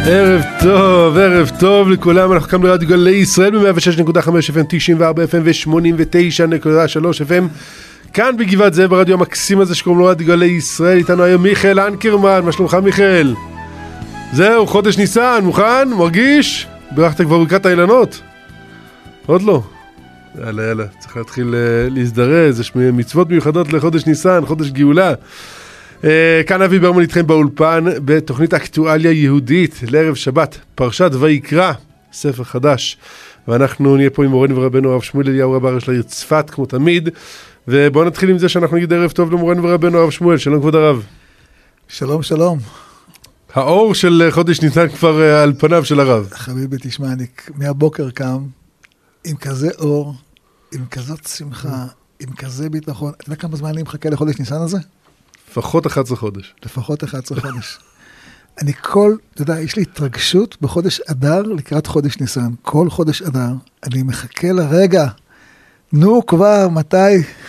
ערב טוב לכולם, אנחנו כאן ברדיו גלי ישראל ב-106.5 FM, 94 FM ו-89.3 FM כאן בגבעת זאב ברדיו המקסים הזה שקוראים לו רדיו גלי ישראל. איתנו היום מיכאל אנקרמן. מה שלומך מיכאל? זהו, חודש ניסן, מוכן? מרגיש? ברכת כבר ברכת האילנות? עוד לא? יאללה, צריך להתחיל להזדרז, יש מצוות מיוחדות לחודש ניסן, חודש גאולה. כאן אבי ברמן איתכם באולפן בתוכנית אקטואליה יהודית לערב שבת, פרשת ויקרא, ספר חדש, ואנחנו נהיה פה עם מורנו ורבנו הרב שמואל אליהו רב הראשי לעיר צפת כמו תמיד, ובואו נתחיל עם זה שאנחנו נגיד ערב טוב למורנו ורבנו הרב שמואל. שלום כבוד הרב. שלום שלום. האור של חודש ניסן כבר על פניו של הרב. חביבי תשמע, אני מהבוקר קם עם כזה אור, עם כזאת שמחה, עם כזה ביטחון. אתה יודע כמה זמן אני מחכה לחודש ניסן הזה? לפחות 11 חודש. לפחות 11 חודש. אתה יודע, יש לי התרגשות בחודש אדר לקראת חודש ניסן. כל חודש אדר, אני מחכה לרגע. נו כבר, מתי,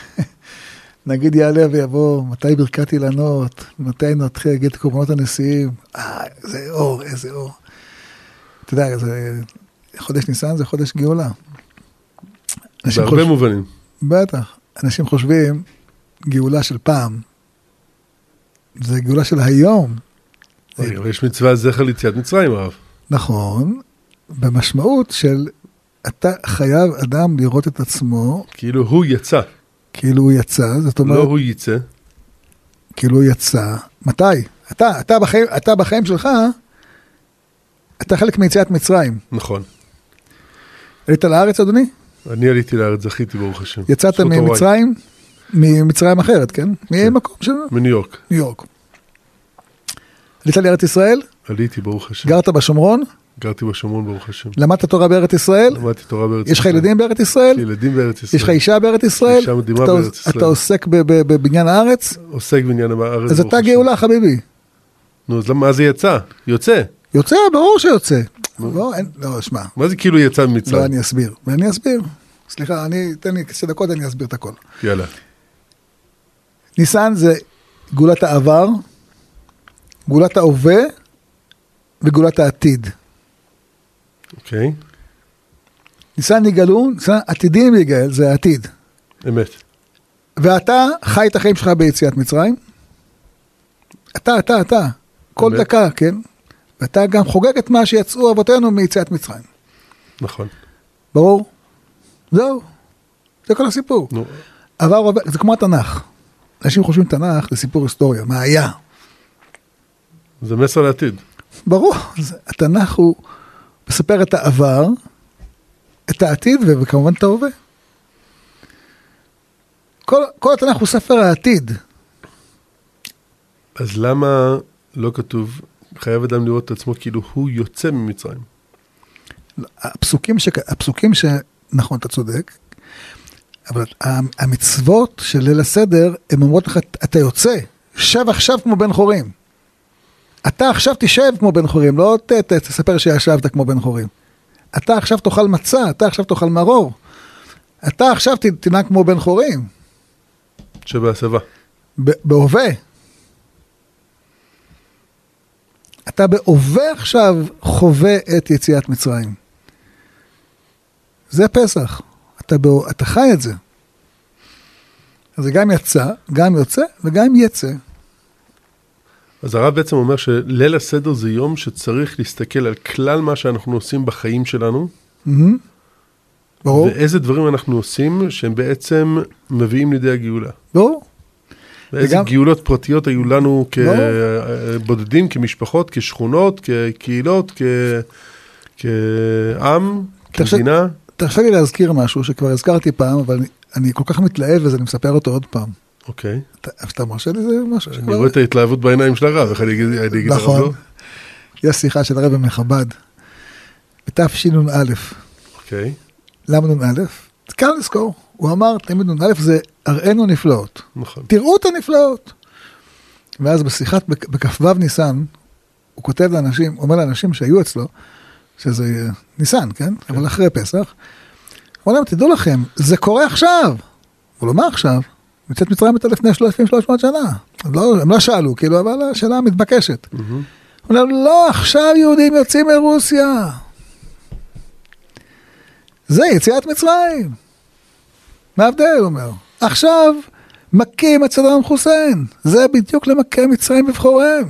נגיד יעלה ויבוא, מתי ברכת אילנות, מתי נתחיל להגיד קורבנות הנשיאים. איזה אור, איזה אור. אתה יודע, חודש ניסן זה חודש גאולה. בהרבה מובנים. בטח. אנשים חושבים, גאולה של פעם, זה גאולה של היום. יש מצווה זכר ליציאת מצרים, הרב. נכון, במשמעות של אתה חייב אדם לראות את עצמו. כאילו הוא יצא. כאילו הוא יצא, זאת אומרת. לא הוא יצא. כאילו הוא יצא. מתי? אתה בחיים שלך, אתה חלק מיציאת מצרים. נכון. עלית לארץ, אדוני? אני עליתי לארץ, זכיתי ברוך השם. יצאת ממצרים? ממצרים אחרת, כן? ממקום שלנו? מניו יורק. ניו יורק. עלית לארץ ישראל? עליתי ברוך השם. גרת בשומרון? גרתי בשומרון ברוך השם. למדת תורה בארץ ישראל? למדתי תורה בארץ ישראל. יש לך ילדים בארץ ישראל? יש לי ילדים בארץ ישראל. יש לך אישה בארץ ישראל? אישה מדהימה בארץ ישראל. אתה עוסק בבניין הארץ? עוסק בבניין הארץ. אז אתה גאולה חביבי. נו, אז מה זה יצא? יוצא. יוצא, ברור שיוצא. לא, שמע. מה זה כאילו יצא ממצרים? לא, אני אסביר. סליחה, תן לי 10 דקות, אני אסביר את הכל. יאללה. ניסן זה גאולת העבר, גאולת ההווה וגאולת העתיד. אוקיי. ניסן יגאלו, ניסן עתידים יגאל, זה העתיד. אמת. ואתה חי את החיים שלך ביציאת מצרים. אתה. כל אמת. דקה, כן? ואתה גם חוגג את מה שיצאו אבותינו מיציאת מצרים. נכון. ברור? זהו. זה כל הסיפור. נו. עבר, זה כמו התנ"ך. אנשים חושבים תנ"ך, זה סיפור היסטוריה. מה היה? זה מסר לעתיד. ברור. התנ"ך הוא מספר את העבר, את העתיד, וכמובן את ההווה. כל התנ"ך הוא ספר העתיד. אז למה לא כתוב, חייב אדם לראות את עצמו כאילו הוא יוצא ממצרים? הפסוקים נכון, אתה צודק, אבל המצוות של ליל הסדר, הן אומרות לך, אתה יוצא, שב עכשיו כמו בן חורים. אתה עכשיו תשב כמו בן חורים, לא תספר שישבת כמו בן חורים. אתה עכשיו תאכל מצה, אתה עכשיו תאכל מרור. אתה עכשיו תנהג כמו בן חורים. שבהסבה. בהווה. אתה בהווה עכשיו חווה את יציאת מצרים. זה פסח. אתה חי את זה. אז זה גם יצא, גם יוצא וגם יצא. אז הרב בעצם אומר שליל הסדר זה יום שצריך להסתכל על כלל מה שאנחנו עושים בחיים שלנו. ברור. ואיזה דברים אנחנו עושים שהם בעצם מביאים לידי הגאולה. ברור. ואיזה גאולות פרטיות היו לנו כבודדים, כמשפחות, כשכונות, כקהילות, כעם, כמדינה. תרשה לי להזכיר משהו שכבר הזכרתי פעם, אבל אני כל כך מתלהב וזה, אני מספר אותו עוד פעם. אוקיי. אתה מרשה לי זה משהו? אני רואה את ההתלהבות בעיניים של הרב, איך אני אגיד הרב לא? יש שיחה של הרב מחב"ד, בתשנ"א. אוקיי. למה נ"א? קל לזכור. הוא אמר, תמיד נ"א זה הראינו נפלאות. נכון. תראו את הנפלאות. ואז בשיחת בכ"ו ניסן, הוא כותב לאנשים, אומר לאנשים שהיו אצלו, שזה ניסן, כן? אבל אחרי פסח, הוא אומר, תדעו לכם, זה קורה עכשיו. הוא לא מה עכשיו? יציאת מצרים הייתה לפני 3,300 שנה. הם לא שאלו, כאילו, אבל השאלה מתבקשת. הוא הוא אומר, לא, עכשיו יהודים יוצאים מרוסיה. זה יציאת מצרים. מה ההבדל, הוא אומר? עכשיו מכים את סדאם חוסיין. זה בדיוק למכה מצרים בבחוריהם.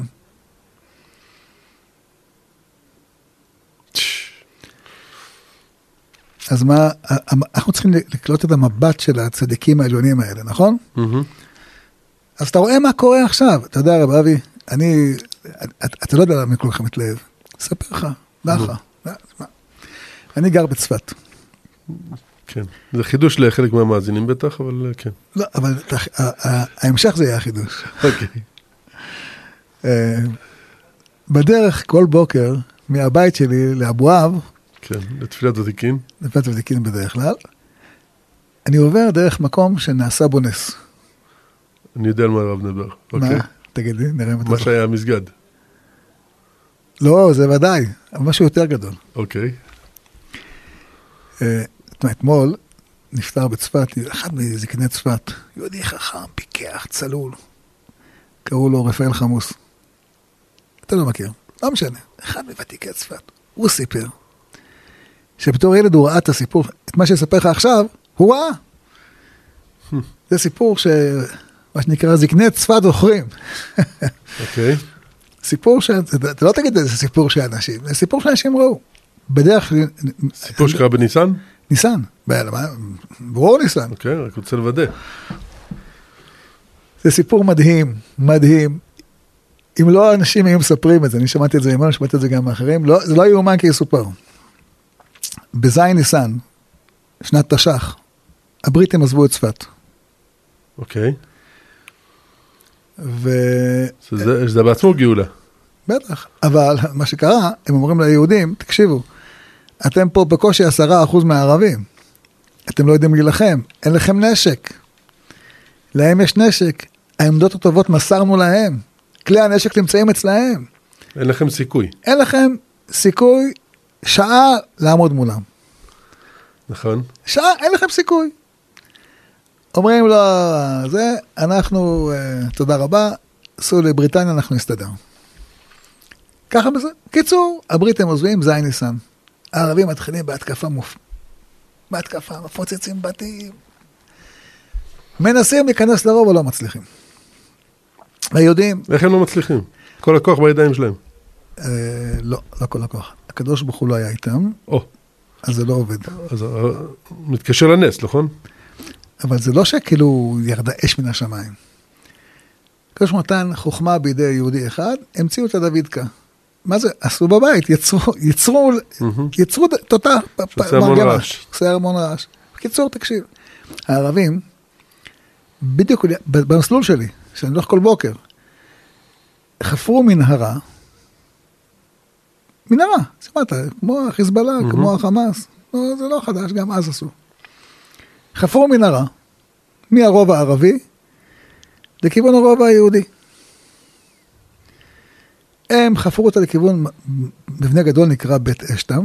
אז מה, אנחנו צריכים לקלוט את המבט של הצדיקים העליונים האלה, נכון? אז אתה רואה מה קורה עכשיו. אתה יודע, רב אבי, אתה לא יודע למה כל כך מתלהב. אספר לך, לך. אני גר בצפת. כן, זה חידוש לחלק מהמאזינים בטח, אבל כן. לא, אבל ההמשך זה יהיה החידוש. אוקיי. בדרך כל בוקר, מהבית שלי לאבואב, כן, לתפילת ותיקין. לתפילת ותיקין בדרך כלל, אני עובר דרך מקום שנעשה בו נס. אני יודע על מה הרב נדבר. מה? תגיד לי, נראה אם אתה מה שהיה המסגד. לא, זה ודאי, אבל משהו יותר גדול. אוקיי. אתמול נפטר בצפת, אחד מזקני צפת, יהודי חכם, פיקח, צלול. קראו לו רפאל חמוס. אתה לא מכיר, לא משנה. אחד מוותיקי צפת. הוא סיפר, שבתור ילד הוא ראה את הסיפור, את מה שיספר לך עכשיו, הוא ראה. זה סיפור מה שנקרא זקני צפת זוכרים. אוקיי. סיפור אתה לא תגיד זה סיפור של אנשים, זה סיפור שאנשים ראו. בדרך סיפור שקרה בניסן? ניסן, ברור ניסן. אוקיי, רק רוצה לוודא. זה סיפור מדהים, מדהים. אם לא האנשים היו מספרים את זה, אני שמעתי את זה, אני שמעתי את זה גם מאחרים, זה לא יאומן כי יסופר. בזין ניסן, שנת תש"ח, הבריטים עזבו את צפת. אוקיי. זה בעצמו גאולה. בטח, אבל מה שקרה, הם אומרים ליהודים, תקשיבו, אתם פה בקושי 10% מהערבים, אתם לא יודעים להילחם, אין לכם נשק, להם יש נשק, העמדות הטובות מסרנו להם, כלי הנשק נמצאים אצלהם. אין לכם סיכוי. אין לכם סיכוי שעה לעמוד מולם. נכון. שעה, אין לכם סיכוי. אומרים לו, זה, אנחנו, תודה רבה, סעו לבריטניה, אנחנו נסתדר. ככה בזה. קיצור, הבריטים עוזבים, זין ניסן. הערבים מתחילים בהתקפה, מפוצצים בתים. מנסים להיכנס לרוב, אבל לא מצליחים. היהודים... איך הם לא מצליחים? כל הכוח בידיים שלהם. לא כל הכוח. הקדוש ברוך הוא לא היה איתם, אז זה לא עובד. אז מתקשר לנס, נכון? אבל זה לא שכאילו ירדה אש מן השמיים. הקדוש ברוך הוא נתן חוכמה בידי יהודי אחד, המציאו את הדוידקה. מה זה? עשו בבית, יצרו תותח, עושה המון רעש. עושה המון רעש. בקיצור, תקשיב. הערבים, בדיוק במסלול שלי, שאני הולך כל בוקר, חפרו מנהרה, שמעת, כמו החיזבאללה, כמו החמאס, זה לא חדש, גם אז עשו. חפרו מנהרה, מהרוב הערבי, לכיוון הרוב היהודי. הם חפרו אותה לכיוון מבנה גדול נקרא בית אשתם,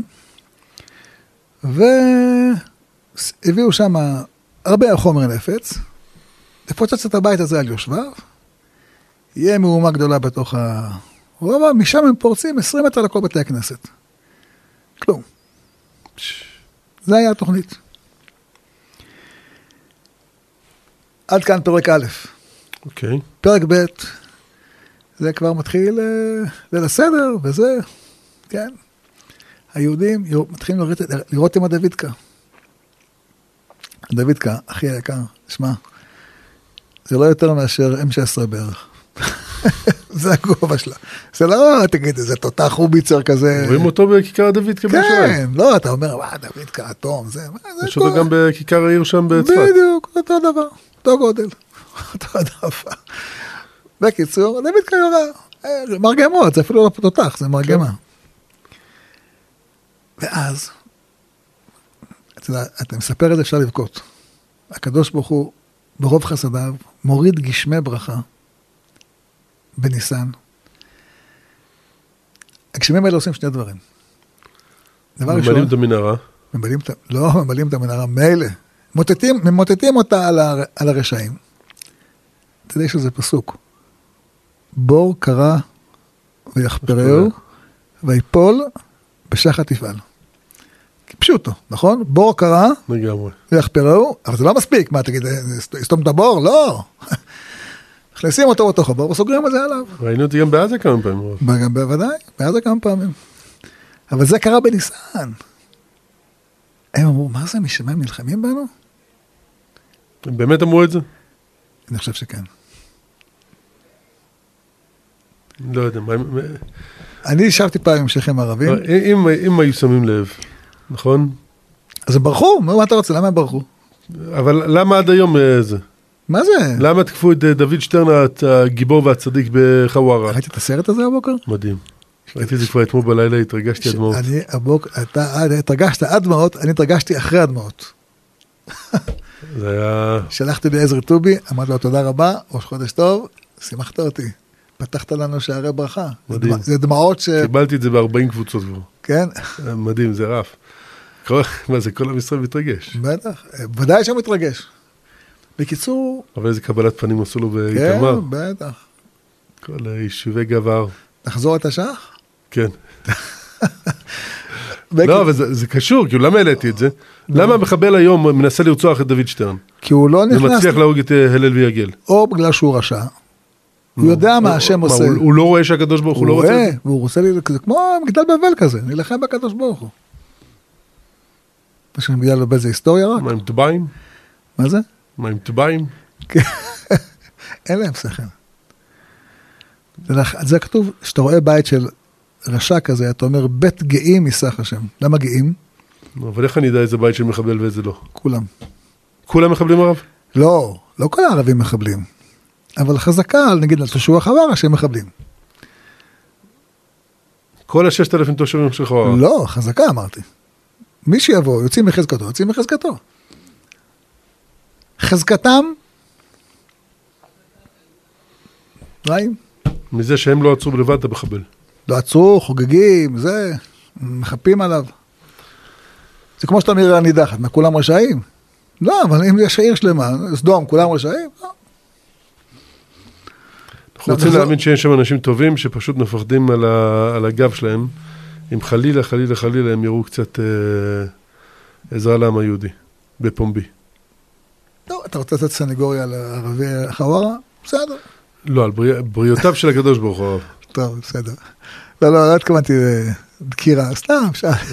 והביאו שם הרבה חומר נפץ, לפוצץ את הבית הזה על יושביו, יהיה מהומה גדולה בתוך הרובע, משם הם פורצים 20 מטר לכל בתי הכנסת. כלום. זה היה התוכנית. עד כאן פרק א'. אוקיי. פרק ב', זה כבר מתחיל לסדר, וזה, כן. היהודים מתחילים לראות עם הדוידקה. הדוידקה, הכי היקר, שמע, זה לא יותר מאשר M16 בערך. זה הגובה שלה. זה לא, תגיד, זה תותח רוביצר כזה. רואים אותו בכיכר הדוידקה בירושלים. כן, לא, אתה אומר, דוידקה, אטום, זה. יש אותו גם בכיכר העיר שם בצפת. בדיוק, אותו דבר, אותו גודל. אותו דבר. בקיצור, דוידקה יורה, מרגמות, זה אפילו לא תותח, זה מרגמה. ואז, אתה מספר את זה, אפשר לבכות. הקדוש ברוך הוא, ברוב חסדיו, מוריד גשמי ברכה, בניסן. הגשמים האלה עושים שני דברים. ממלאים את המנהרה. ממלאים את המנהרה, מילא. ממוטטים אותה על הרשעים. אתה יודע שזה פסוק. בור קרא ויחפרהו, ויפול בשחת יפעל. פשוטו, נכון? בור קרה, לגמרי. ויחפרהו, אבל זה לא מספיק, מה תגיד, יסתום את הבור? לא. מכניסים אותו בתוך הבור וסוגרים את זה עליו. ראינו אותי גם בעזה כמה פעמים. גם בוודאי, בעזה כמה פעמים. אבל זה קרה בניסן. הם אמרו, מה זה, משמיים נלחמים בנו? הם באמת אמרו את זה? אני חושב שכן. לא יודע. אני ישבתי פעם עם שייחים ערבים. אם היו שמים לב, נכון? אז הם ברחו, מה אתה רוצה? למה הם ברחו? אבל למה עד היום זה? מה זה? למה תקפו את דוד שטרן, הגיבור והצדיק בחווארה? ראיתי את הסרט הזה הבוקר? מדהים. ראיתי את זה כבר אתמול בלילה, התרגשתי עד דמעות. אתה התרגשת עד דמעות, אני התרגשתי אחרי הדמעות. זה היה... שלחתי לעזר טובי, אמרתי לו תודה רבה, ראש חודש טוב, שימחת אותי. פתחת לנו שערי ברכה. מדהים. זה דמעות ש... קיבלתי את זה ב-40 קבוצות כבר. כן? מדהים, זה רף. מה זה, כל עם ישראל מתרגש. בטח, ודאי שהוא מתרגש. בקיצור... אבל איזה קבלת פנים עשו לו באיתמר. כן, בטח. כל יישובי גבר. נחזור את השח? כן. לא, אבל זה קשור, כאילו, למה העליתי את זה? למה המחבל היום מנסה לרצוח את דוד שטרן? כי הוא לא נכנס... ומצליח להרוג את הלל ויגל. או בגלל שהוא רשע. הוא יודע מה השם עושה. הוא לא רואה שהקדוש ברוך הוא לא רוצה את זה? והוא רוצה, זה כמו מגדל בבל כזה, נלחם בקדוש ברוך הוא. מה שמגדל בבל זה היסטוריה רק? מה עם טבעים? מה זה? מה עם טבעים? אין להם שכל. זה כתוב, שאתה רואה בית של רשע כזה, אתה אומר, בית גאים מסך השם. למה גאים? אבל איך אני יודע איזה בית של מחבל ואיזה לא? כולם. כולם מחבלים ערב? לא, לא כל הערבים מחבלים. אבל חזקה, נגיד, על תושבי חווארה שהם מחבלים. כל 6,000 תושבים של חווארה? לא, חזקה אמרתי. מי שיבוא, יוצאים מחזקתו, יוצאים מחזקתו. חזקתם, רעים. מזה שהם לא עצרו בלבד את המחבל. לא עצרו, חוגגים, זה, מחפים עליו. זה כמו שאתה מראה נידחת, מה כולם רשעים? לא, אבל אם יש העיר שלמה, סדום, כולם רשעים? לא. אנחנו רוצים להאמין שיש שם אנשים טובים שפשוט מפחדים על הגב שלהם. אם חלילה, חלילה, חלילה, הם יראו קצת עזרה לעם היהודי, בפומבי. לא, אתה רוצה לתת סנגוריה על ערבי חווארה? בסדר. לא, על בריאותיו של הקדוש ברוך הוא. טוב, בסדר. לא, לא התכוונתי דקירה, סתם,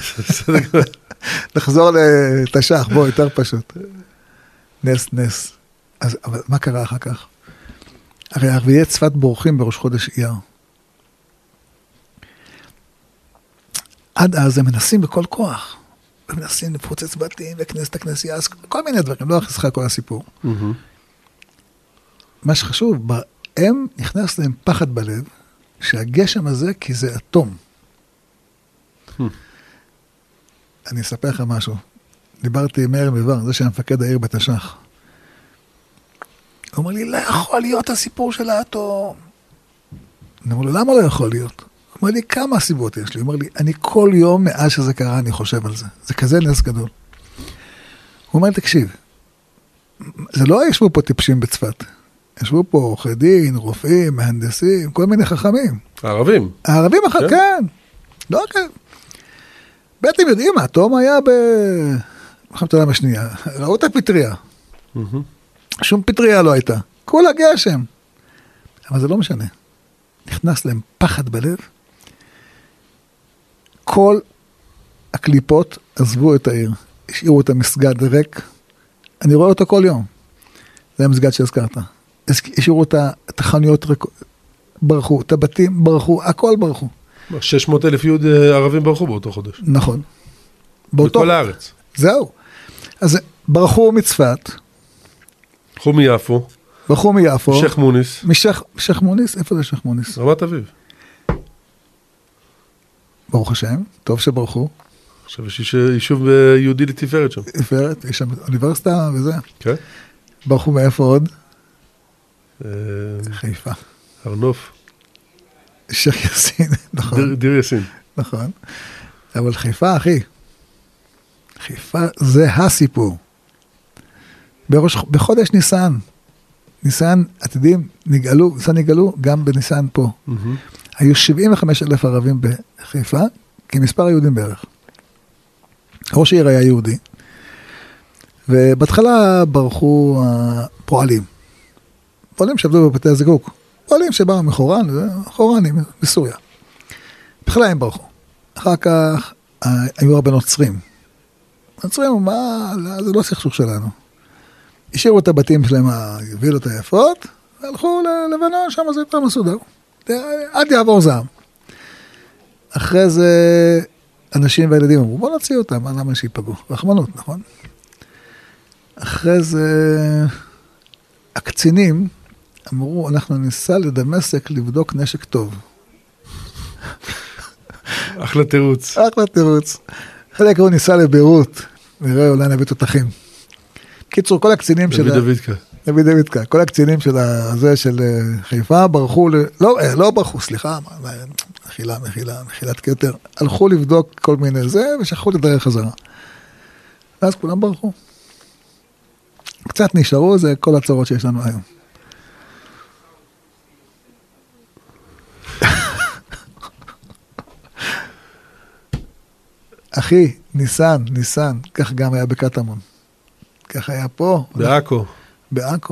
נחזור לתש"ח, בוא, יותר פשוט. נס. אז, אבל מה קרה אחר כך? הרי ערביי צפת בורחים בראש חודש אייר. עד אז הם מנסים בכל כוח. הם מנסים לפוצץ בתים, לכנס את הכנסייה, כל מיני דברים, לא אכניס לך כל הסיפור. מה שחשוב, הם נכנס להם פחד בלב, שהגשם הזה, כי זה אטום. אני אספר לך משהו. דיברתי עם מאיר מבר, זה שהמפקד העיר בתש"ח. הוא אומר לי, לא יכול להיות הסיפור של האטום. אני אומר לו, למה לא יכול להיות? הוא אומר לי, כמה סיבות יש לי? הוא אומר לי, אני כל יום מאז שזה קרה, אני חושב על זה. זה כזה נס גדול. הוא אומר לי, תקשיב, זה לא ישבו פה טיפשים בצפת. ישבו פה עורכי דין, רופאים, מהנדסים, כל מיני חכמים. הערבים? הערבים אחר, כן. לא, כן. בעצם יודעים, האטום היה מלחמת העולם השנייה. ראו את הפטריה. שום פטריה לא הייתה. כולה גשם. אבל זה לא משנה. נכנס להם פחד בלב. כל הקליפות עזבו את העיר. השאירו את המסגד ריק. אני רואה אותו כל יום. זה המסגד שהזכרת. השאירו את החנויות ריק. ברחו, את הבתים ברחו, הכל ברחו. 600,000 יהוד ערבים ברחו באותו חודש. נכון. בכל הארץ. זהו. אז ברחו מצפת. ברחו מיפו. ברחו מיפו. שייח מוניס. שייח מוניס? איפה זה שייח מוניס? רמת אביב. ברוך השם, טוב שברחו. עכשיו יש יישוב יהודי לתפארת שם. תפארת, יש שם אוניברסיטה וזה. כן. ברחו מאיפה עוד? חיפה. הר נוף. שייח יאסין, נכון. דיר יאסין. נכון. אבל חיפה, אחי. חיפה זה הסיפור. בחודש ניסן, אתם יודעים, ניסן נגאלו גם בניסן פה. היו 75,000 ערבים בחיפה, כמספר היהודים בערך. ראש העיר היה יהודי, ובהתחלה ברחו הפועלים. פועלים שעבדו בבתי הזיקוק. פועלים שבאו מחורן, חורנים, בסוריה. בכלל הם ברחו. אחר כך היו הרבה נוצרים. נוצרים, מה, זה לא סכסוך שלנו. השאירו את הבתים שלהם, הבילות היפות, והלכו ללבנון, שם זה יותר מסודר. עד יעבור זעם. אחרי זה אנשים והילדים אמרו, בוא נוציא אותם, למה שיפגעו? רחמנות, נכון? אחרי זה הקצינים אמרו, אנחנו ניסע לדמשק לבדוק נשק טוב. אחלה תירוץ. אחלה תירוץ. חלק הוא ניסה לביירות, נראה אולי נביא תותחים. קיצור, כל הקצינים של... דוד דוידקה. כל הקצינים של הזה של חיפה ברחו, לא ברחו, סליחה, מחילת כתר, הלכו לבדוק כל מיני זה, ושכחו לדרך חזרה. ואז כולם ברחו. קצת נשארו, זה כל הצורות שיש לנו היום. אחי, ניסן, כך גם היה בקטמון. כך היה פה. בעכו.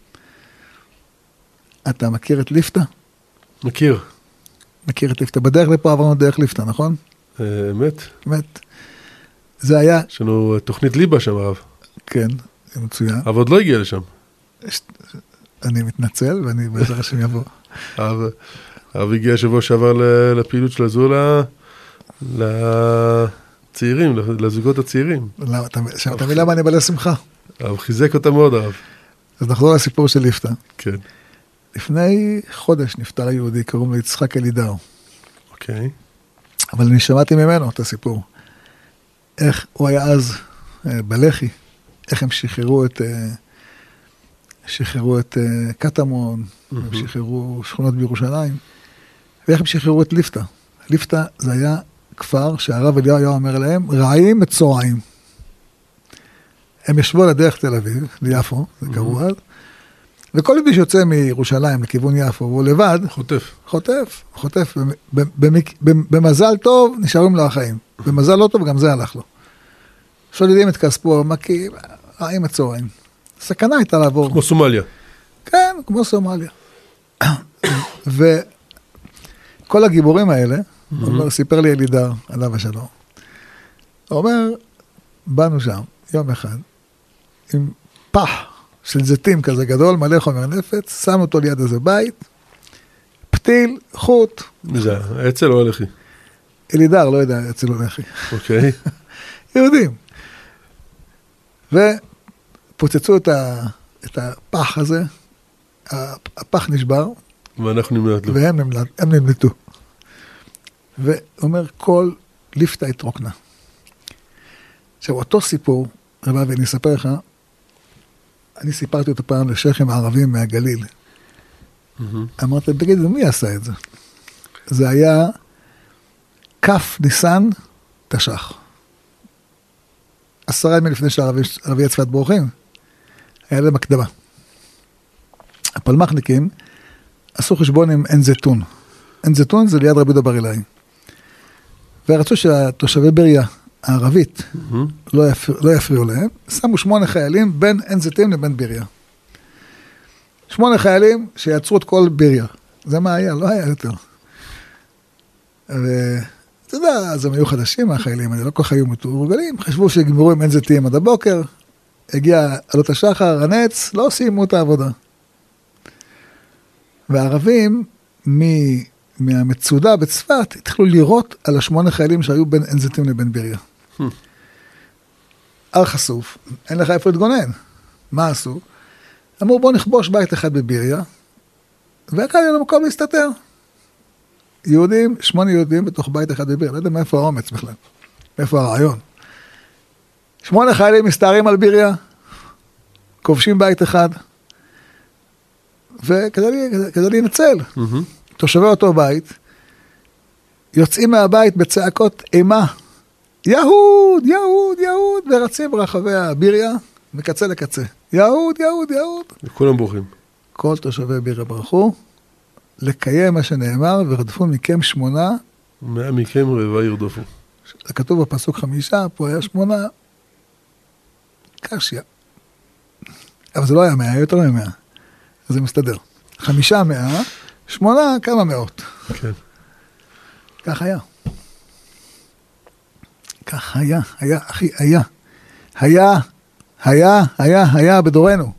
אתה מכיר את ליפתא? מכיר את ליפתא. בדרך לפה עברנו דרך ליפתא, נכון? אמת. זה היה... יש לנו תוכנית ליבה שם, הרב. כן, זה מצוין. אבל עוד לא הגיע לשם. אני מתנצל, ואני בעזר השם יבוא. הרב הגיע שבוע שעבר לפעילות של הזולה, לצעירים, לזוגות הצעירים. שמעת מילה מה אני בא לשמחה. הרב חיזק אותה מאוד, הרב. אז נחזור לסיפור של ליפתא. כן. לפני חודש נפטר היהודי, קוראים לו יצחק אלידאו. אוקיי. אבל אני שמעתי ממנו את הסיפור. איך הוא היה אז בלח"י, איך הם שחררו את קטמון, הם שחררו שכונות בירושלים, ואיך הם שחררו את ליפתא. ליפתא זה היה כפר שהרב אליהו היה אומר להם, רעים מצורעים. הם ישבו על הדרך תל אביב, ליפו, זה קראו אז, וכל מי שיוצא מירושלים לכיוון יפו, הוא לבד, חוטף, במזל טוב נשארים לו החיים, במזל לא טוב גם זה הלך לו. שודדים את כספו, מכים, רעים מצורעים. סכנה הייתה לעבור. כמו סומליה. כן, כמו סומליה. וכל הגיבורים האלה, סיפר לי אלידר, עליו השלום, הוא אומר, באנו שם, יום אחד, עם פח של זיתים כזה גדול, מלא חומר נפץ, שמו אותו ליד איזה בית, פתיל, חוט. זה אצל או הלכי? אלידר, לא יודע, אצל או הלכי. אוקיי. יהודים. ופוצצו את הפח הזה, הפח נשבר. ואנחנו נמלטנו. והם נמלטו. ואומר, כל ליפתא התרוקנה. עכשיו, אותו סיפור, רבה, ואני אספר לך, אני סיפרתי אותו פעם לשייכים הערבים מהגליל. אמרתי, תגיד, מי עשה את זה? זה היה כף ניסן תש"ח. 10 ימים לפני שהערבי הצפת בורחים, היה להם הקדמה. הפלמחניקים עשו חשבון עם עין זיתון. עין זיתון זה ליד רבי יהודה בר אילאי. ורצו שהתושבי בריה הערבית לא יפריעו להם, שמו 8 חיילים בין עין זיתים לבין בריה. 8 חיילים שיצרו את כל בריה. זה מה היה, לא היה יותר. ואתה יודע, אז הם היו חדשים החיילים, אני לא כל כך היו מתורגלים, חשבו שיגמרו עם עין זיתים עד הבוקר, הגיע עלות השחר, הנץ, לא סיימו את העבודה. והערבים מהמצודה בצפת התחילו לראות על 8 חיילים שהיו בין עין זיתים לבין בריה. על חשוף, אין לך איפה להתגונן. מה עשו? אמרו בוא נכבוש בית אחד בבריה, והקל יהיה למקום להסתתר. 8 יהודים בתוך בית אחד בבריה, לא יודע מאיפה האומץ בכלל, מאיפה הרעיון. 8 חיילים מסתערים על בריה, כובשים בית אחד, וכדי להינצל, תושבי אותו בית, יוצאים מהבית בצעקות אימה, יהוד, יהוד, יהוד, ורצים ברחבי הביריה, מקצה לקצה. יהוד, יהוד, יהוד. וכולם בורחים. כל תושבי ביריה ברחו, לקיים מה שנאמר, ורדפו מכם 8. 100 מכם רבע ירדופו. כתוב בפסוק 5, פה היה 8. קשיה. אבל זה לא היה 100, יותר מ-100. אז זה מסתדר. 5 100, 8 כמה מאות. כן. כך היה. כך היה, אחי, היה בדורנו.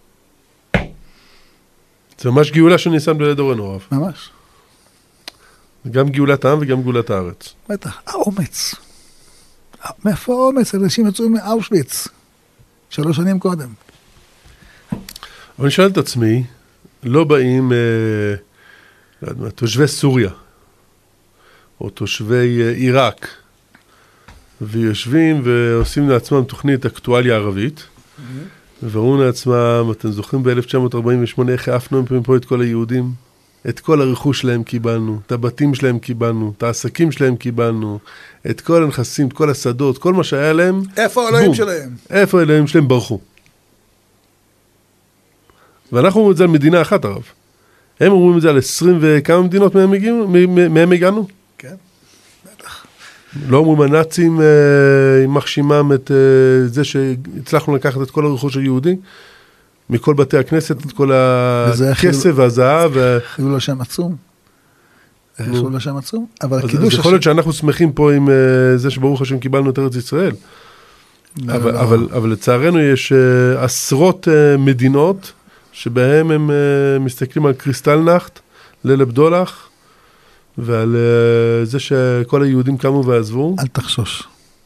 זה ממש גאולה של ניסן בדורנו, הרב. ממש. גם גאולת העם וגם גאולת הארץ. בטח, האומץ. מאיפה האומץ? אנשים יצאו מאושוויץ. 3 שנים קודם. אבל אני שואל את עצמי, לא באים תושבי סוריה, או תושבי עיראק, ויושבים ועושים לעצמם תוכנית אקטואליה ערבית, ואומרים לעצמם, אתם זוכרים ב-1948 איך העפנו פה את כל היהודים? את כל הרכוש שלהם קיבלנו, את הבתים שלהם קיבלנו, את העסקים שלהם קיבלנו, את כל הנכסים, את כל השדות, כל מה שהיה להם. איפה האלוהים שלהם? איפה האלוהים שלהם ברחו. ואנחנו אומרים את זה על מדינה אחת, הרב. הם אומרים את זה על 20 וכמה מדינות מהם הגענו? כן, בטח. לא אומרים הנאצים עם מחשימם את זה שהצלחנו לקחת את כל הרכוש היהודי, מכל בתי הכנסת, את כל הכסף והזהב. חילול השם עצום. חילול השם עצום. אבל אז יכול להיות שאנחנו שמחים פה עם זה שברוך השם קיבלנו את ארץ ישראל. אבל לצערנו יש עשרות מדינות שבהם הם מסתכלים על קריסטלנחט, ליל הבדולח, ועל זה שכל היהודים קמו ועזבו. אל תחשוש.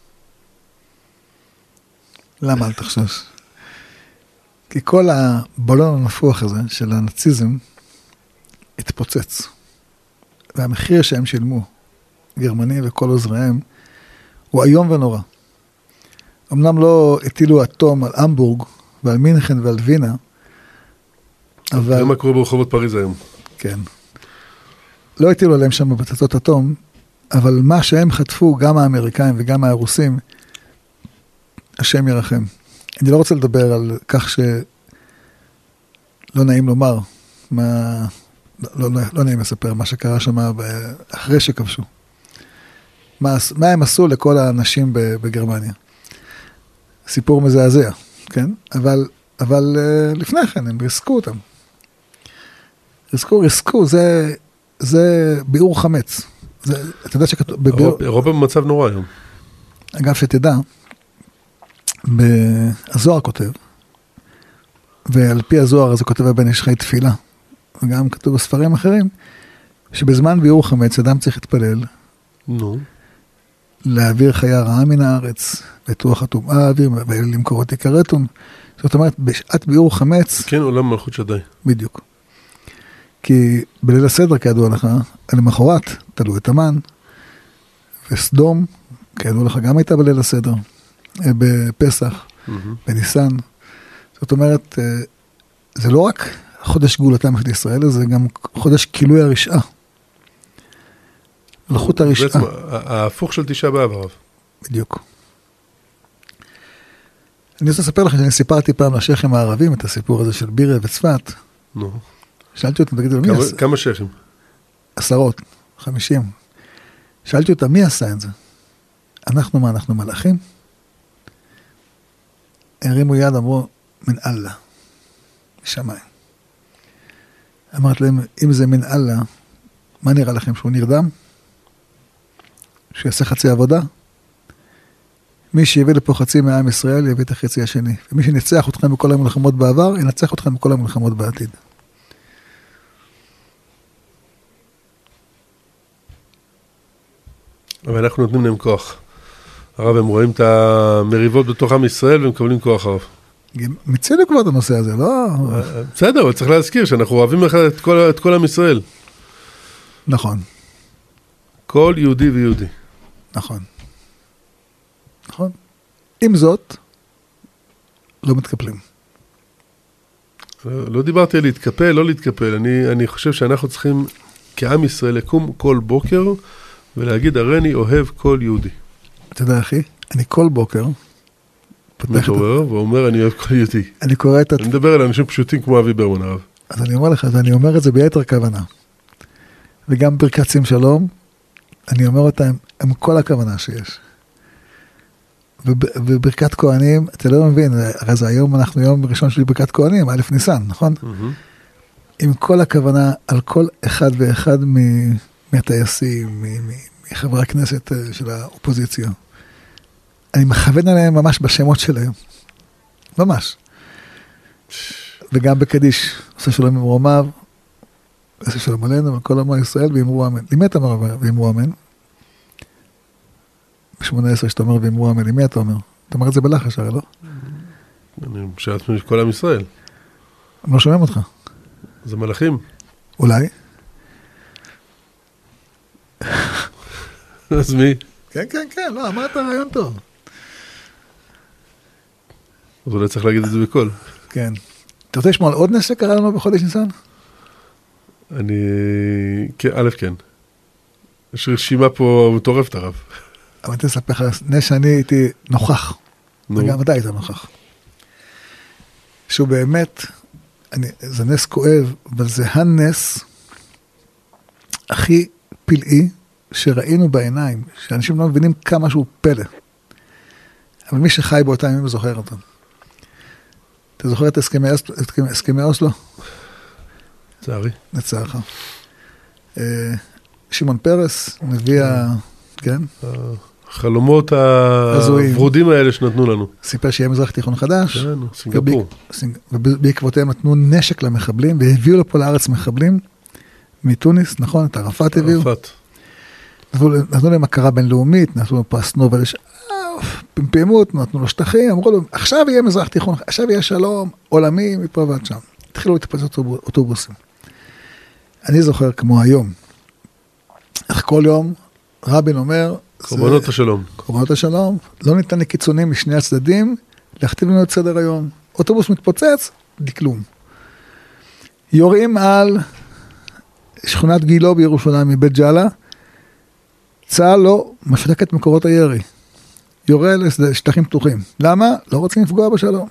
למה אל תחשוש? כי כל הבלון הנפוח הזה של הנאציזם התפוצץ. והמחיר שהם שילמו, גרמנים וכל עוזריהם, הוא איום ונורא. אמנם לא הטילו אטום על המבורג ועל מינכן ועל וינה, אבל... זה מה קורה ברחובות פריז היום. כן. לא הטילו עליהם שם פצצות אטום, אבל מה שהם חטפו, גם האמריקאים וגם הרוסים, השם ירחם. אני לא רוצה לדבר על כך שלא נעים לומר, לא נעים לספר מה שקרה שם אחרי שכבשו. מה הם עשו לכל האנשים בגרמניה. סיפור מזעזע, כן? אבל לפני כן הם ריסקו אותם. ריסקו, זה ביעור חמץ. אתה יודע שכתוב... אירופה במצב נורא היום. אגב, שתדע, הזוהר כותב, ועל פי הזוהר הזה כותב הבן איש חי תפילה, וגם כתוב בספרים אחרים, שבזמן ביעור חמץ אדם צריך להתפלל, להעביר חיה רעה מן הארץ, ואת רוח הטומאה האוויר, ולמכור אותי כרטון. זאת אומרת, בשעת ביעור חמץ... כן, עולם מלכות שדי. בדיוק. כי בליל הסדר, כידוע לך, למחרת תלו את המן, וסדום, כידוע לך, גם הייתה בליל הסדר, בפסח, בניסן. זאת אומרת, זה לא רק חודש גאולתם של ישראל, זה גם חודש כילוי הרשעה. מלכות הרשעה. בעצם, ההפוך של תשעה באב, הרב. בדיוק. אני רוצה לספר לך שאני סיפרתי פעם לשייכים הערבים את הסיפור הזה של בירה וצפת. נו. שאלתי אותם, תגידו, מי עשה? כמה שייכים? 10, 50. שאלתי אותם, מי עשה את זה? אנחנו מה, אנחנו מלאכים? הרימו יד, אמרו, מן אללה. משמיים. אמרת להם, אם זה מן אללה, מה נראה לכם? שהוא נרדם? שיעשה חצי עבודה? מי שיביא לפה חצי מעם ישראל, יביא את החצי השני. ומי שניצח אתכם בכל המלחמות בעבר, ינצח אתכם בכל המלחמות בעתיד. אבל אנחנו נותנים להם כוח. הרב, הם רואים את המריבות בתוך עם ישראל, והם מקבלים כוח הרב. מצינו כבר את הנושא הזה, לא? בסדר, אבל צריך להזכיר שאנחנו אוהבים לך את כל עם ישראל. נכון. כל יהודי ויהודי. נכון. נכון. עם זאת, לא מתקפלים. לא דיברתי על להתקפל, לא להתקפל. אני חושב שאנחנו צריכים, כעם ישראל, לקום כל בוקר, ולהגיד, הריני אוהב כל יהודי. אתה יודע, אחי, אני כל בוקר, מתעורר, ואומר, אני אוהב כל יהודי. אני קורא את... אני מדבר על אנשים פשוטים כמו אבי ברמן, הרב. אז אני אומר לך, ואני אומר את זה ביתר כוונה. וגם ברכת שים שלום, אני אומר אותם עם כל הכוונה שיש. וברכת כהנים, אתה לא מבין, הרי זה היום, אנחנו יום ראשון שלי ברכת כהנים, א' ניסן, נכון? עם כל הכוונה על כל אחד ואחד מהטייסים, מחברי הכנסת של האופוזיציה. אני מכוון עליהם ממש בשמות שלהם. ממש. וגם בקדיש, עושה שלום עם רומיו, עושה שלום עלינו, וכל עמו ישראל, ואמרו אמן. למי אתה אומר ואמרו אמן? ב-18 שאתה אומר ואמרו אמן, למי אתה אומר? אתה אומר את זה בלחש, הרי לא? אני שאלת כל עם ישראל. הם לא שומעים אותך. זה מלאכים. אולי? אז מי? כן, כן, כן, לא, אמרת רעיון טוב. אז אולי צריך להגיד את זה בקול. כן. אתה רוצה לשמוע על עוד נס שקרה לנו בחודש ניסן? אני... א', כן. יש רשימה פה מטורפת הרב. אבל אני אספר לך, נס שאני הייתי נוכח. וגם אתה היית נוכח. שהוא באמת, זה נס כואב, אבל זה הנס הכי פלאי שראינו בעיניים, שאנשים לא מבינים כמה שהוא פלא. אבל מי שחי באותם ימים זוכר אותו. אתה זוכר את הסכמי אוסלו? לצערי. לצערך. שמעון פרס, נביא כן? החלומות הוורודים האלה שנתנו לנו. סיפר שיהיה מזרח תיכון חדש. כן, סינגפור. ובעקבותיהם נתנו נשק למחבלים, והביאו לפה לארץ מחבלים, מתוניס, נכון? את ערפאת הביאו. ערפאת. נתנו להם הכרה בינלאומית, נתנו לו פרס נובל, פמפמות, נתנו לו שטחים, אמרו לו, עכשיו יהיה מזרח תיכון, עכשיו יהיה שלום עולמי מפה ועד שם. התחילו להתפצות אוטובוסים. אני זוכר כמו היום, איך כל יום רבין אומר, קורבנות השלום. קורבנות השלום, לא ניתן לקיצונים משני הצדדים, להכתיב לנו את סדר היום. אוטובוס מתפוצץ, דקלום. יורים על שכונת גילו בירושלים מבית ג'אלה, צה"ל לא מפתק את מקורות הירי. יורה לשטחים פתוחים. למה? לא רוצים לפגוע בשלום.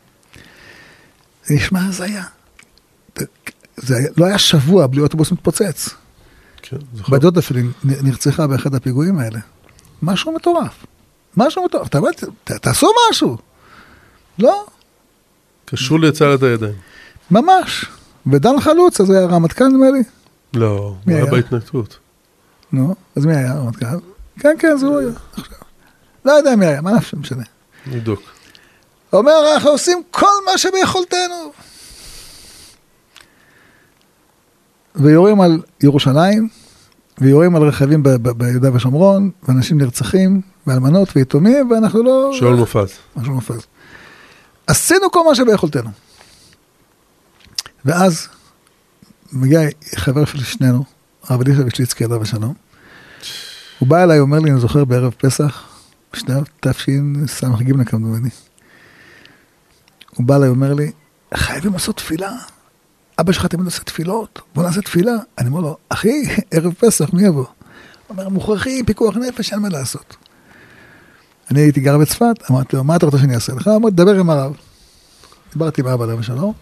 זה נשמע הזיה. זה לא היה שבוע בלי אוטובוס מתפוצץ. כן, זוכר. בדוד אפילו נרצחה באחד הפיגועים האלה. משהו מטורף. משהו מטורף. תעשו משהו. לא. קשרו לצה"ל את הידיים. ממש. ודן חלוץ, אז היה רמטכ"ל נדמה לי. לא, הוא היה בהתנגדות. נו, אז מי היה רמטכ"ל? כן, כן, זה הוא היה. לא יודע מי היה, מה נפשי משנה. נבדוק. הוא אומר, אנחנו עושים כל מה שביכולתנו. ויורים על ירושלים, ויורים על רכבים ביהודה ושומרון, ואנשים נרצחים, ואלמנות ויתומים, ואנחנו לא... שאול מופז. שאול מופז. עשינו כל מה שביכולתנו. ואז מגיע חבר של שנינו, הרב אלישע וישליצקי עליו השלום. הוא בא אליי, אומר לי, אני זוכר בערב פסח, בשנת תשס"ג כמדומני. הוא בא אליי, אומר לי, חייבים לעשות תפילה. אבא שלך תמיד עושה תפילות, בוא נעשה תפילה. אני אומר לו, אחי, ערב פסח, מי יבוא? הוא אומר, מוכרחים, פיקוח נפש, אין מה לעשות. אני הייתי גר בצפת, אמרתי לו, מה אתה רוצה שאני אעשה לך? אמרתי, דבר עם הרב. דיברתי עם אבא עליו השלום.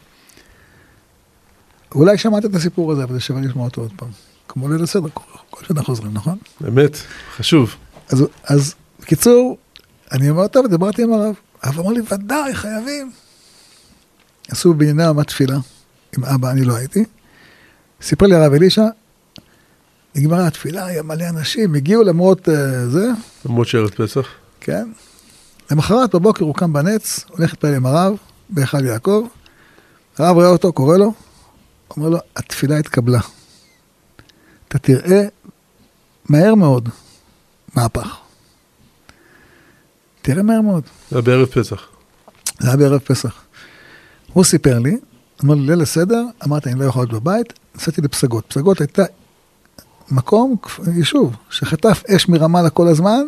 אולי שמעת את הסיפור הזה, אבל זה שווה לשמוע אותו עוד פעם. כמו ליל הסדר, כל שנה חוזרים, נכון? באמת, חשוב. אז בקיצור, אני אומר, טוב, דיברתי עם הרב. הרב אמר לי, ודאי, חייבים. עשו בענייני עמת תפילה. עם אבא, אני לא הייתי. סיפר לי הרב אלישע, נגמרה התפילה, היה מלא אנשים, הגיעו למרות זה. למרות שערב פסח. כן. למחרת בבוקר הוא קם בנץ, הולך להתפלל עם הרב, בהיכל יעקב. הרב רואה אותו, קורא לו, אומר לו, התפילה התקבלה. אתה תראה מהר מאוד מהפך. תראה מהר מאוד. זה היה בערב פסח. זה היה בערב פסח. הוא סיפר לי, אמר לי, ליל הסדר, אמרתי, אני לא יכול להיות בבית, נסעתי לפסגות. פסגות הייתה מקום, יישוב, שחטף אש מרמאללה כל הזמן,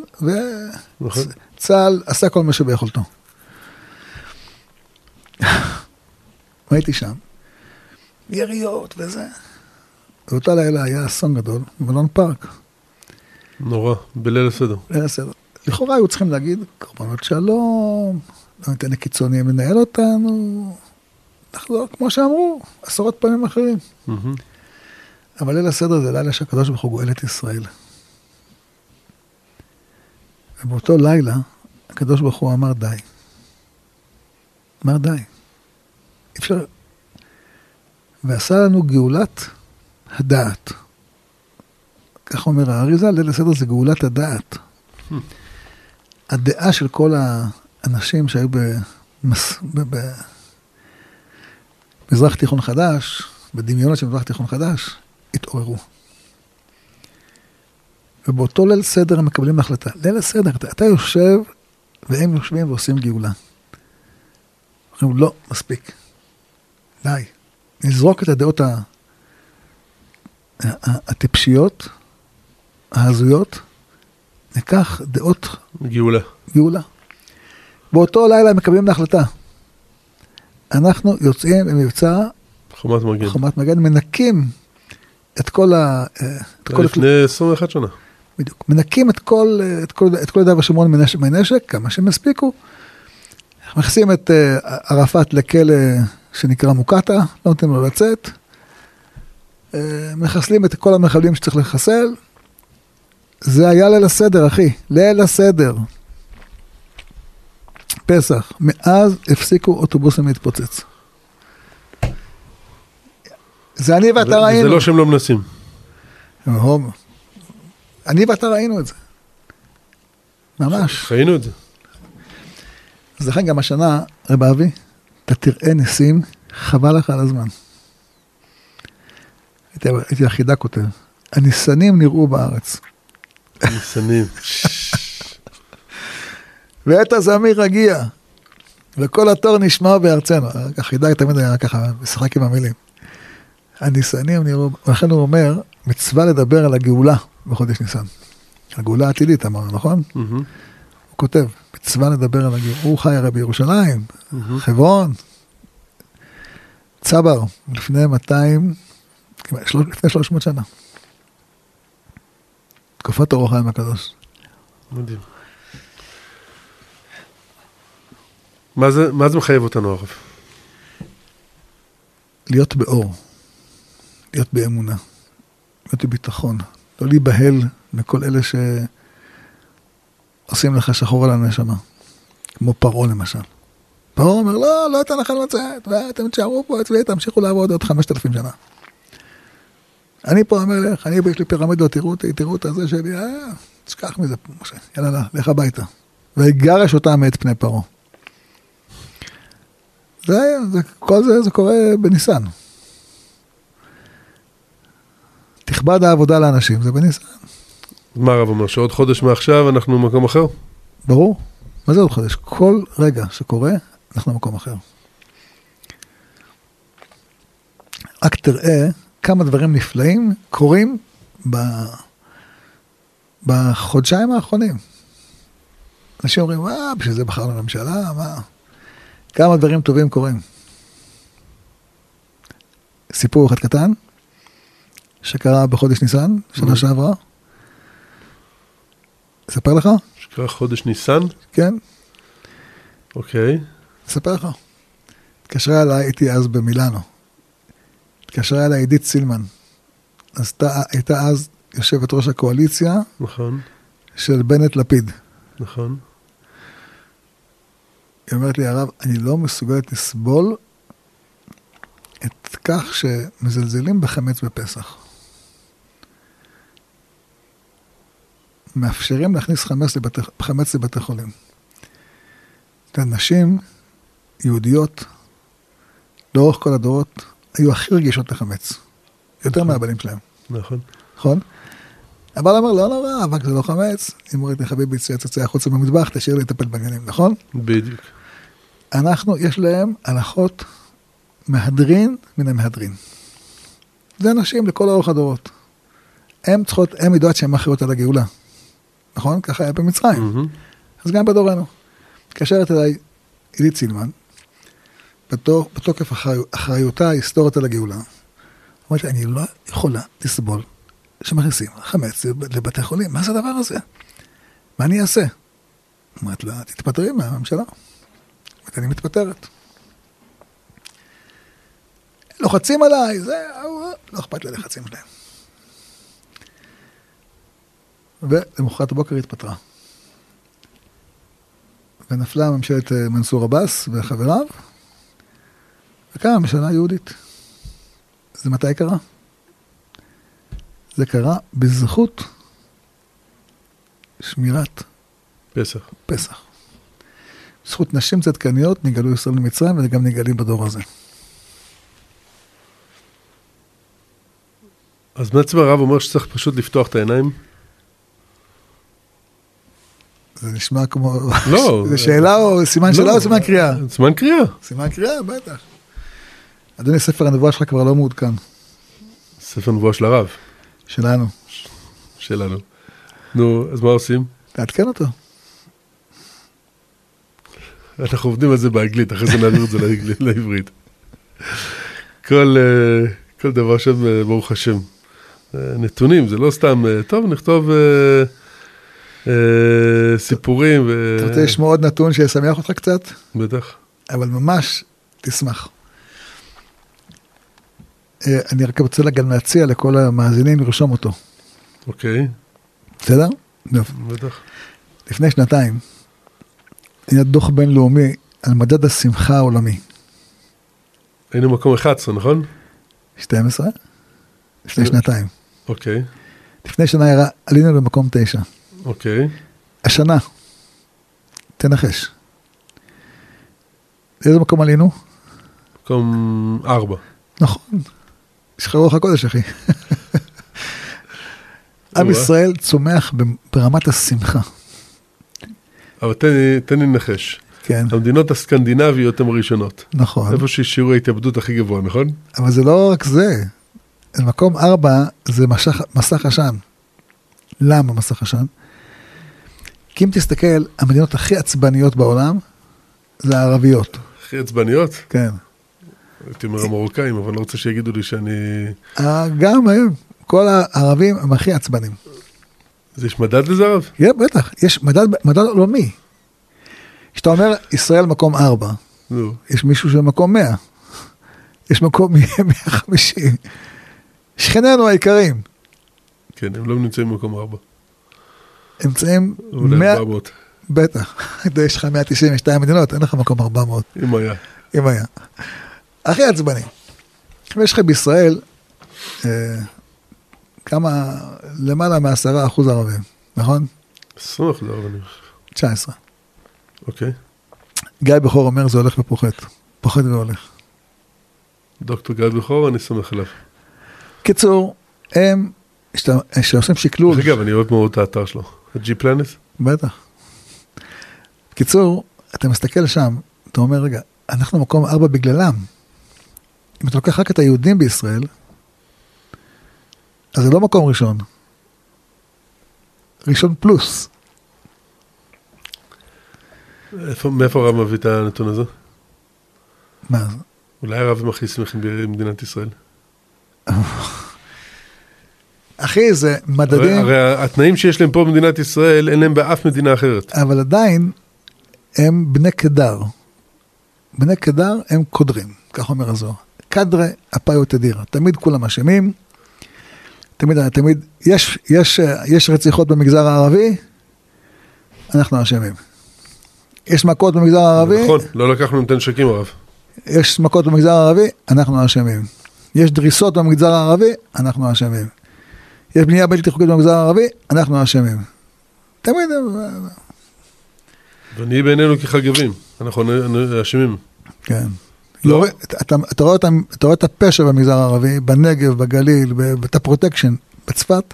וצה"ל עשה כל מה שביכולתו. הייתי שם, יריות וזה. ואותה לילה היה אסון גדול, בלון פארק. נורא, בליל הסדר. ליל הסדר. לכאורה היו צריכים להגיד, קורבנות שלום, לא ניתן לקיצוניים לנהל אותנו, נחזור, כמו שאמרו, עשרות פעמים אחרים. אבל ליל הסדר זה לילה שהקדוש ברוך הוא גואל את ישראל. ובאותו לילה, הקדוש ברוך הוא אמר די. אמר די. אפשר... ועשה לנו גאולת הדעת. כך אומר האריזה, ליל הסדר זה גאולת הדעת. הדעה של כל האנשים שהיו במזרח תיכון חדש, בדמיונות של מזרח תיכון חדש, התעוררו. ובאותו ליל סדר הם מקבלים החלטה. ליל הסדר, אתה יושב, והם יושבים ועושים גאולה. אומרים, לא, מספיק. די. נזרוק את הדעות הטיפשיות, ההזויות, ניקח דעות... גאולה. באותו לילה הם מקבלים להחלטה. אנחנו יוצאים במבצע... חומת מגן. מנקים את כל לפני 21 שנה. בדיוק. מנקים את כל יהודה ושומרון מנשק, כמה שהם הספיקו. מכניסים את ערפאת לכלא שנקרא מוקטה, לא נותנים לו לצאת. מחסלים את כל המחבלים שצריך לחסל. זה היה ליל הסדר, אחי. ליל הסדר. פסח. מאז הפסיקו אוטובוסים להתפוצץ. זה אני ואתה ראינו. זה לא שהם לא מנסים. אני ואתה ראינו את זה. ממש. חיינו את זה. אז לכן גם השנה, רב אבי, אתה תראה ניסים, חבל לך על הזמן. הייתי החידה כותב. הניסנים נראו בארץ. הניסנים. ואת הזמיר הגיע. וכל התור נשמע בארצנו. החידה תמיד היה ככה, משחק עם המילים. הניסנים נראו, ולכן הוא אומר, מצווה לדבר על הגאולה בחודש ניסן. הגאולה העתידית אמר, נכון? הוא כותב, מצווה לדבר על הגאולה. הוא חי הרי בירושלים, חברון, צבר, לפני 300 שנה. תקופת אור החיים הקדוש. מדהים. מה זה מחייב אותנו, הרב? להיות באור. להיות באמונה, להיות בביטחון, לא להיבהל מכל אלה שעושים לך שחור על הנשמה, כמו פרעה למשל. פרעה אומר, לא אתן לכם לצאת, ואתם תשארו פה אצלי, תמשיכו לעבוד עוד 5,000 שנה. אני פה אומר לך, יש לי פירמידות, תראו את הזה שלי, תשכח מזה, משה, יאללה, לך הביתה. ויגרש אותם מאת פני פרעה. כל זה קורה בניסן. תכבד העבודה לאנשים, זה בניסן. מה הרב אומר, שעוד חודש מעכשיו אנחנו במקום אחר? ברור. מה זה עוד חודש? כל רגע שקורה, אנחנו במקום אחר. רק תראה כמה דברים נפלאים קורים בחודשיים האחרונים. אנשים אומרים, בשביל זה בחרנו לממשלה, מה? כמה דברים טובים קורים. סיפור אחד קטן, שקרה בחודש ניסן, שנה שעברה. אספר לך? שקרה חודש ניסן? כן. אוקיי. אספר לך. התקשרה אליי, הייתי אז במילאנו. התקשרה אליי עידית סילמן. אז הייתה אז יושבת ראש הקואליציה. נכון. של בנט לפיד. נכון. היא אומרת לי, הרב, אני לא מסוגלת לסבול את כך שמזלזלים בחמץ בפסח. מאפשרים להכניס חמץ לבתי חולים. נשים יהודיות, לאורך כל הדורות, היו הכי רגישות לחמץ. יותר מהבנים שלהם. נכון. נכון? הבעל אמר, לא נורא, אבל זה לא חמץ. היא אומרת לי, חביבי, צא החוצה במטבח, תשאיר לי לטפל בעניינים, נכון? בדיוק. יש להם הלכות מהדרין מן המהדרין. זה אנשים לכל אורך הדורות. הם יודעות שהן אחרות על הגאולה. נכון? ככה היה במצרים. אז גם בדורנו. התקשרת אליי עידית סילמן, בתוקף אחריותה ההיסטורית על הגאולה. אומרת לי, אני לא יכולה לסבול שמכניסים חמץ לבתי חולים. מה זה הדבר הזה? מה אני אעשה? אומרת לה, תתפטרי מהממשלה. אני מתפטרת. לוחצים עליי, לא אכפת לי לחצים שלהם. ולמחרת הבוקר התפטרה. ונפלה ממשלת מנסור עבאס וחבריו, וקמה ממשלה יהודית. זה מתי קרה? זה קרה בזכות שמירת פסח. זכות נשים צדקניות נגאלו ישראל למצרים, וגם נגאלים בדור הזה. אז בעצם הרב אומר שצריך פשוט לפתוח את העיניים? זה נשמע כמו... לא. זה שאלה או סימן שאלה או סימן קריאה? סימן קריאה. סימן קריאה, בטח. אדוני, ספר הנבואה שלך כבר לא מעודכן. ספר הנבואה של הרב. שלנו. נו, אז מה עושים? תעדכן אותו. אנחנו עובדים על זה באנגלית, אחרי זה נעביר את זה לעברית. כל דבר שם, ברוך השם. נתונים, זה לא סתם, טוב, נכתוב סיפורים. אתה רוצה לשמוע עוד נתון שישמח אותך קצת? בטח. אבל ממש תשמח. אני רק רוצה גם להציע לכל המאזינים לרשום אותו. אוקיי. בסדר? בטח. לפני שנתיים, היה דוח בינלאומי על מדד השמחה העולמי. היינו מקום 11, נכון? 12? לפני שנתיים. אוקיי. לפני שנה עלינו למקום 9. אוקיי. השנה, תנחש. איזה מקום עלינו? מקום 4. נכון. שחררו לך קודש, אחי. עם ישראל צומח ברמת השמחה. אבל תן לי לנחש. כן. המדינות הסקנדינביות הן הראשונות. נכון. איפה ששיעור ההתאבדות הכי גבוה, נכון? אבל זה לא רק זה. מקום 4 זה מסך עשן. למה מסך עשן? כי אם תסתכל, המדינות הכי עצבניות בעולם, זה הערביות. הכי עצבניות? כן. הייתי אומר המרוקאים, אבל לא רוצה שיגידו לי שאני... גם הם, כל הערבים הם הכי עצבנים. אז יש מדד לזה, הרב? בטח, יש מדד עולמי. כשאתה אומר, ישראל מקום 4, יש מישהו שמקום 100, יש מקום 150. שכנינו העיקרים. כן, הם לא נמצאים במקום 4. הם נמצאים... אולי 400. בטח, יש לך 192 מדינות, אין לך מקום 400. אם היה. הכי עצבני. ויש לך בישראל כמה, למעלה מ10% ערבים, נכון? 20% ערבים. 19. אוקיי. גיא בכור אומר, זה הולך ופוחת. פוחת והולך. דוקטור גיא בכור, אני סומך עליו. קיצור, הם, שעושים שקלול. אגב, אני אוהב מאוד את האתר שלו. ה-G-Planet? בטח. קיצור, אתה מסתכל שם, אתה אומר, רגע, אנחנו מקום 4 בגללם. אם אתה לוקח רק את היהודים בישראל, אז זה לא מקום ראשון. ראשון פלוס. מאיפה הרב מביא את הנתון הזה? מה? אולי הרב הם הכי שמחים במדינת ישראל. אחי, זה מדדים... הרי התנאים שיש להם פה במדינת ישראל, אין להם באף מדינה אחרת. אבל עדיין, הם בני קדר. בני קדר הם קודרים, כך אומר הזוהר. קדרה אפיו תדירה. תמיד כולם אשמים. תמיד, יש רציחות במגזר הערבי, אנחנו אשמים. יש מכות במגזר הערבי. נכון, לא לקחנו נותן שקים הרב. יש מכות במגזר הערבי, אנחנו אשמים. יש דריסות במגזר הערבי, אנחנו אשמים. יש בנייה בלתי חוקית במגזר הערבי, אנחנו אשמים. תמיד. ונהיה בינינו כחגבים, אנחנו אשמים. כן. אתה רואה את הפשע במגזר הערבי, בנגב, בגליל, את הפרוטקשן, בצפת,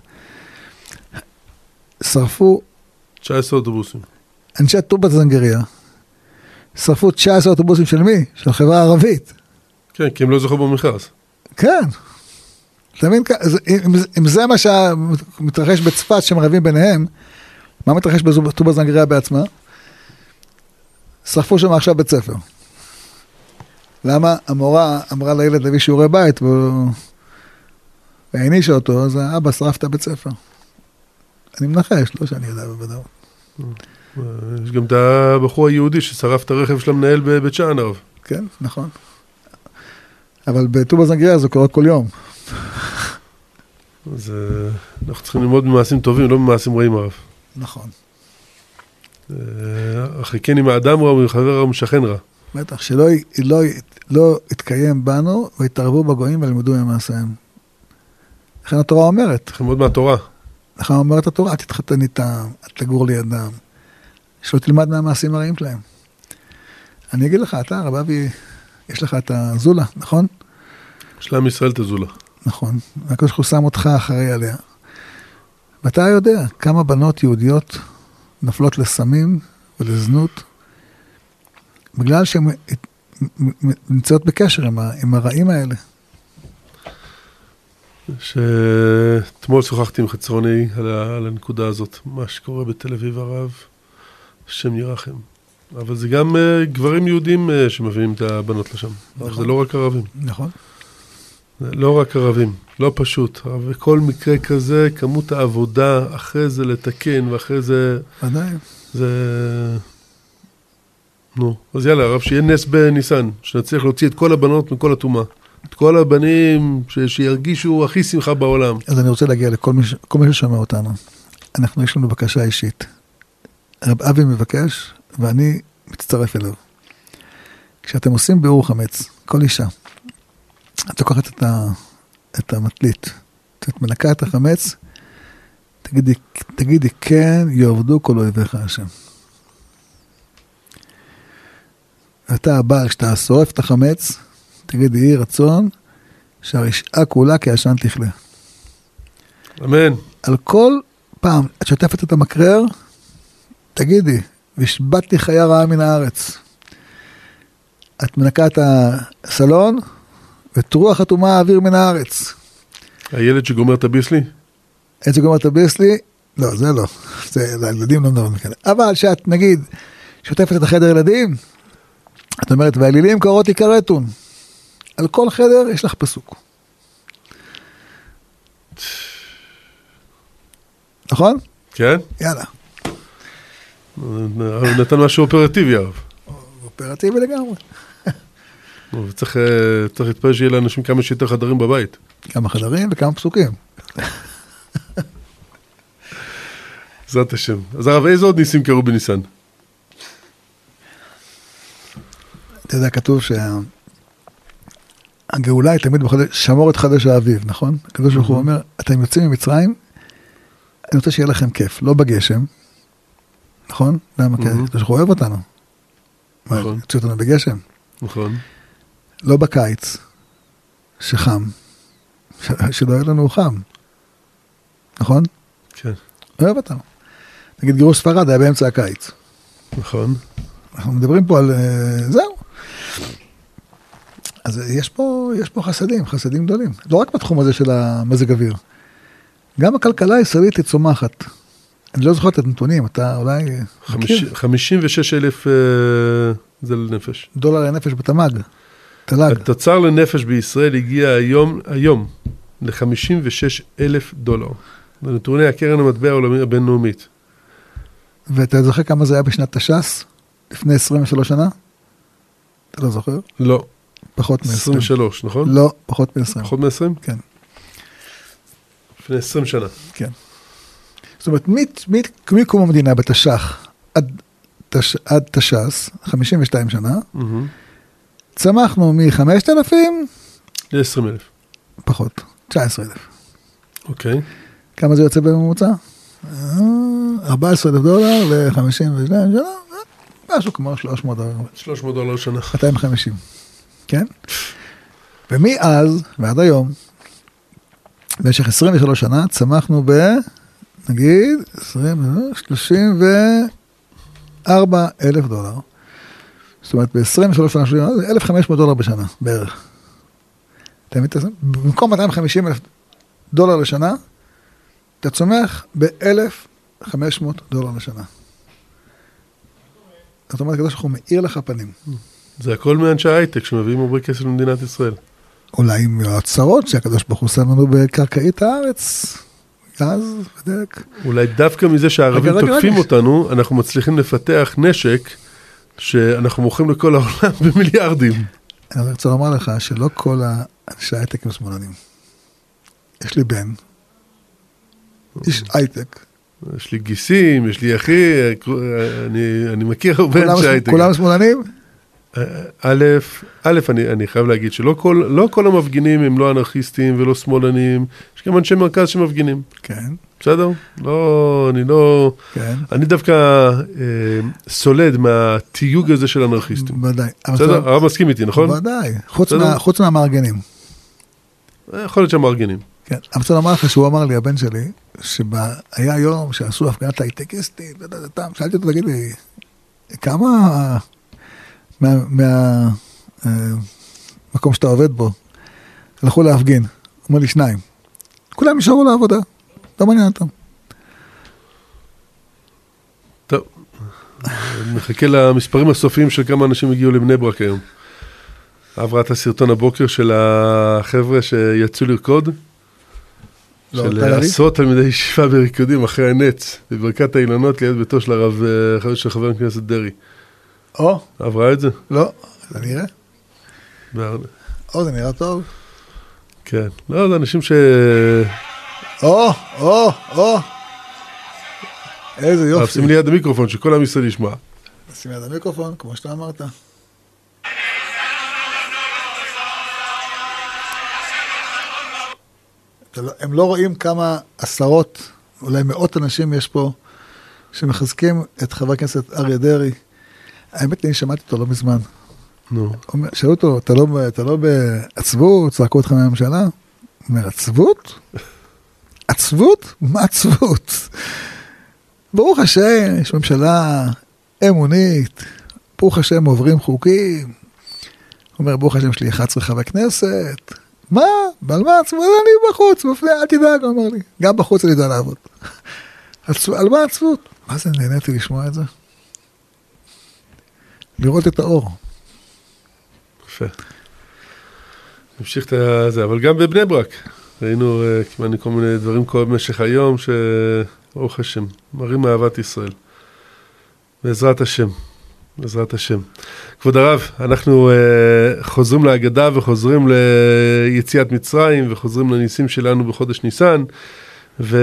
שרפו 19 אוטובוסים. אנשי טובא זנגריה, שרפו 19 אוטובוסים של מי? של חברה ערבית. כן, כי הם לא זוכו במכרז. כן. אתה מבין? אם זה מה שמתרחש בצפת שמרבים ביניהם, מה מתרחש בטובא זנגריה בעצמה? שרפו שם עכשיו בית ספר. למה? המורה אמרה לילד להביא שיעורי בית, והענישה אותו, אז האבא שרף את הבית ספר. אני מנחש, לא שאני יודע בוודאות. יש גם את הבחור היהודי ששרף את הרכב של המנהל בבית שאן הרב. כן, נכון. אבל בטובא זנגריה זה קורה כל יום. אז אנחנו צריכים ללמוד ממעשים טובים, לא ממעשים רעים הרב. נכון. החיקני מאדם רע ומחבר רע ומשכן רע. בטח, שלא יתקיים בנו ויתערבו בגויים ולמדו ממעשיהם. לכן התורה אומרת. צריך ללמוד מהתורה. לכן אומרת התורה, אל תתחתן איתם, אל תגור לידם. שלא תלמד מהמעשים הרעים שלהם. אני אגיד לך, אתה, רב אבי, יש לך את הזולה, נכון? יש לעם ישראל את הזולה. נכון. והקדוש ברוך הוא שם אותך אחראי עליה. ואתה יודע כמה בנות יהודיות נופלות לסמים ולזנות, בגלל שהן נמצאות בקשר עם הרעים האלה. שאתמול שוחחתי עם חצרוני על הנקודה הזאת, מה שקורה בתל אביב הרב, השם ירחם. אבל זה גם גברים יהודים שמביאים את הבנות לשם. נכון. זה לא רק ערבים. נכון. זה לא רק ערבים, לא פשוט. וכל מקרה כזה, כמות העבודה, אחרי זה לתקן, ואחרי זה... עדיין. זה... נו, אז יאללה, הרב, שיהיה נס בניסן, שנצליח להוציא את כל הבנות מכל התאומה. את כל הבנים שירגישו הכי שמחה בעולם. אז אני רוצה להגיע לכל מי ששומע אותנו. יש לנו בקשה אישית. רב אבי מבקש, ואני מצטרף אליו. כשאתם עושים בירור חמץ, כל אישה, את לוקחת את המטלית, את מנקה את החמץ, תגידי כן, יעבדו כל אויביך השם. ואתה הבעל, כשאתה שורף את החמץ, תגידי, יהי רצון, שהרשעה כולה כעשן תכלה. אמן. על כל פעם, את שוטפת את המקרר, תגידי, והשבתתי חיה רעה מן הארץ. את מנקה את הסלון, ואת רוח אטומה האוויר מן הארץ. הילד שגומר את הביסלי? הילד שגומר את הביסלי? לא, זה לא. זה לילדים לא מדברים כאלה. אבל שאת, נגיד, שוטפת את החדר ילדים, את אומרת, והאלילים קורות יקרתון. על כל חדר יש לך פסוק. נכון? כן. יאללה. נתן משהו אופרטיבי, הרב. אופרטיבי לגמרי. צריך להתפלל שיהיה לאנשים כמה שיותר חדרים בבית. כמה חדרים וכמה פסוקים. זאת השם. אז הרב, איזה עוד ניסים קרו בניסן? אתה יודע, כתוב שהגאולה היא תמיד בחודש, שמור את חודש האביב, נכון? הקדוש ברוך הוא אומר, אתם יוצאים ממצרים, אני רוצה שיהיה לכם כיף, לא בגשם, נכון? למה? כי הקדוש ברוך הוא אוהב אותנו. נכון. יוצא אותנו בגשם. נכון. לא בקיץ, שחם, שלא יהיה לנו חם. נכון? כן. אוהב אותנו. נגיד גירוש ספרד היה באמצע הקיץ. נכון. אנחנו מדברים פה על זהו. אז יש פה חסדים גדולים. לא רק בתחום הזה של המזג אוויר. גם הכלכלה הישראלית היא צומחת. אני לא זוכר את הנתונים, אתה אולי מכיר? 56,000 זה לנפש. דולר לנפש בתמ"ג. תל"ג. התוצר לנפש בישראל הגיע היום ל$56,000. זה נתוני הקרן המטבע העולמית הבינלאומית. ואתה זוכר כמה זה היה בשנת תש"ס? לפני 23 שנה? אתה לא זוכר? לא. פחות מ-20. 23, נכון? לא, פחות מ-20. פחות מ-20? כן. לפני 20 שנה. כן. זאת אומרת, מקום המדינה בתש"ח עד תש"ס, 52 שנה, צמחנו מ-5,000 ל-20,000. פחות, 19,000. אוקיי. כמה זה יוצא בממוצע? $14,000 ל-52 שנה, משהו כמו $300. $300 לשנה. 250, כן? ומאז ועד היום, במשך 23 שנה, צמחנו נגיד, $34,000. זאת אומרת, ב-23 שנה, זה $1,500 בשנה, בערך. אתה מבין? במקום $250,000 לשנה, אתה צומח $1,500 לשנה. זאת אומרת, כדי שאנחנו מאיר לך פנים. זה הכל מאנשי הייטק שמביאים הרבה כסף למדינת ישראל. אולי עם הצרות שהקדוש ברוך הוא שם לנו בקרקעית הארץ, גז ודלק. אולי דווקא מזה שהערבים תוקפים אותנו, אנחנו מצליחים לפתח נשק שאנחנו מוכרים לכל העולם במיליארדים. אני רוצה לומר לך שלא כל האנשי הייטק הם שמאלנים. יש לי בן איש הייטק. יש לי גיסים, יש לי אחי, אני מכיר הרבה אנשי הייטק. כולם שמאלנים? אני חייב להגיד שלא כל המפגינים הם לא אנרכיסטים ולא שמאלנים, יש גם אנשי מרכז שמפגינים. כן. בסדר? אני דווקא סולד מהתיוג הזה של אנרכיסטים. ודאי. בסדר? הרב מסכים איתי, נכון? ודאי. חוץ מהמארגנים. יכול להיות שהמארגנים. כן. אני רוצה לומר לך שהוא אמר לי, הבן שלי, שהיה יום שעשו הפגנת הייטקיסטים, שאלתי אותו, תגיד לי, כמה מהמקום שאתה עובד בו הלכו להפגין? הוא אומר לי 2. כולם נשארו לעבודה. לא מעניין אותם. טוב. נחכה למספרים הסופיים של כמה אנשים הגיעו לבני ברק היום. עברת הסרטון הבוקר של החבר'ה שיצאו לרקוד. של עשרות תלמידי ישיבה בריקודים אחרי הנץ, בברכת האילנות ליד ביתו של הרב, של חבר הכנסת דרי. עברה את זה? לא, זה נראה. זה נראה טוב. כן, לא, זה אנשים איזה יופי. שים ליד המיקרופון, שכל עם ישראל ישמע. שים ליד המיקרופון, כמו שאתה אמרת. הם לא רואים כמה עשרות, אולי מאות אנשים יש פה, שמחזקים את חבר הכנסת אריה דרעי. האמת לי, אני שמעתי אותו לא מזמן. שאלו אותו, אתה לא בעצבות? צעקו אותך מהממשלה? הוא אומר, עצבות? עצבות? מה עצבות? ברוך השם, יש ממשלה אמונית, ברוך השם עוברים חוקים. הוא אומר, ברוך השם, יש לי 11 חברי כנסת. מה? על מה עצבות? אני בחוץ, מפנה, אל תדאג, הוא אמר לי. גם בחוץ אני יודע לעבוד. על מה עצבות? מה זה, נהניתי לשמוע את זה? לראות את האור. יפה. נמשיך את זה, אבל גם בבני ברק. ראינו כמעט כל מיני דברים כל במשך היום, שברוך השם, מראים אהבת ישראל. בעזרת השם. בעזרת השם. כבוד הרב, אנחנו חוזרים להגדה וחוזרים ליציאת מצרים וחוזרים לניסים שלנו בחודש ניסן, ואני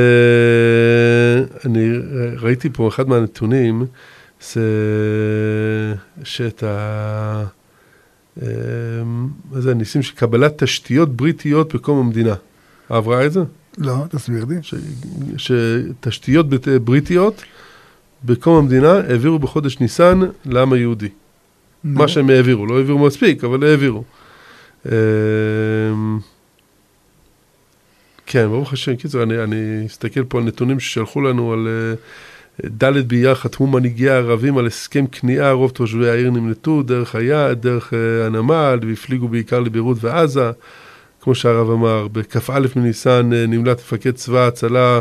ראיתי פה אחד מהנתונים, זה שאת זה הניסים של קבלת תשתיות בריטיות בקום המדינה. עברה את זה? לא, תסביר לי. שתשתיות בריטיות בקום המדינה העבירו בחודש ניסן לעם היהודי. מה שהם העבירו, לא העבירו מספיק, אבל העבירו. כן, ברוך השם, קיצור, אני אסתכל פה על נתונים ששלחו לנו על ד' באייר חתמו מנהיגי הערבים על הסכם כניעה, רוב תושבי העיר נמלטו דרך היעד, דרך הנמל, והפליגו בעיקר לביירות ועזה, כמו שהרב אמר, בכ"א מניסן נמלט מפקד צבא ההצלה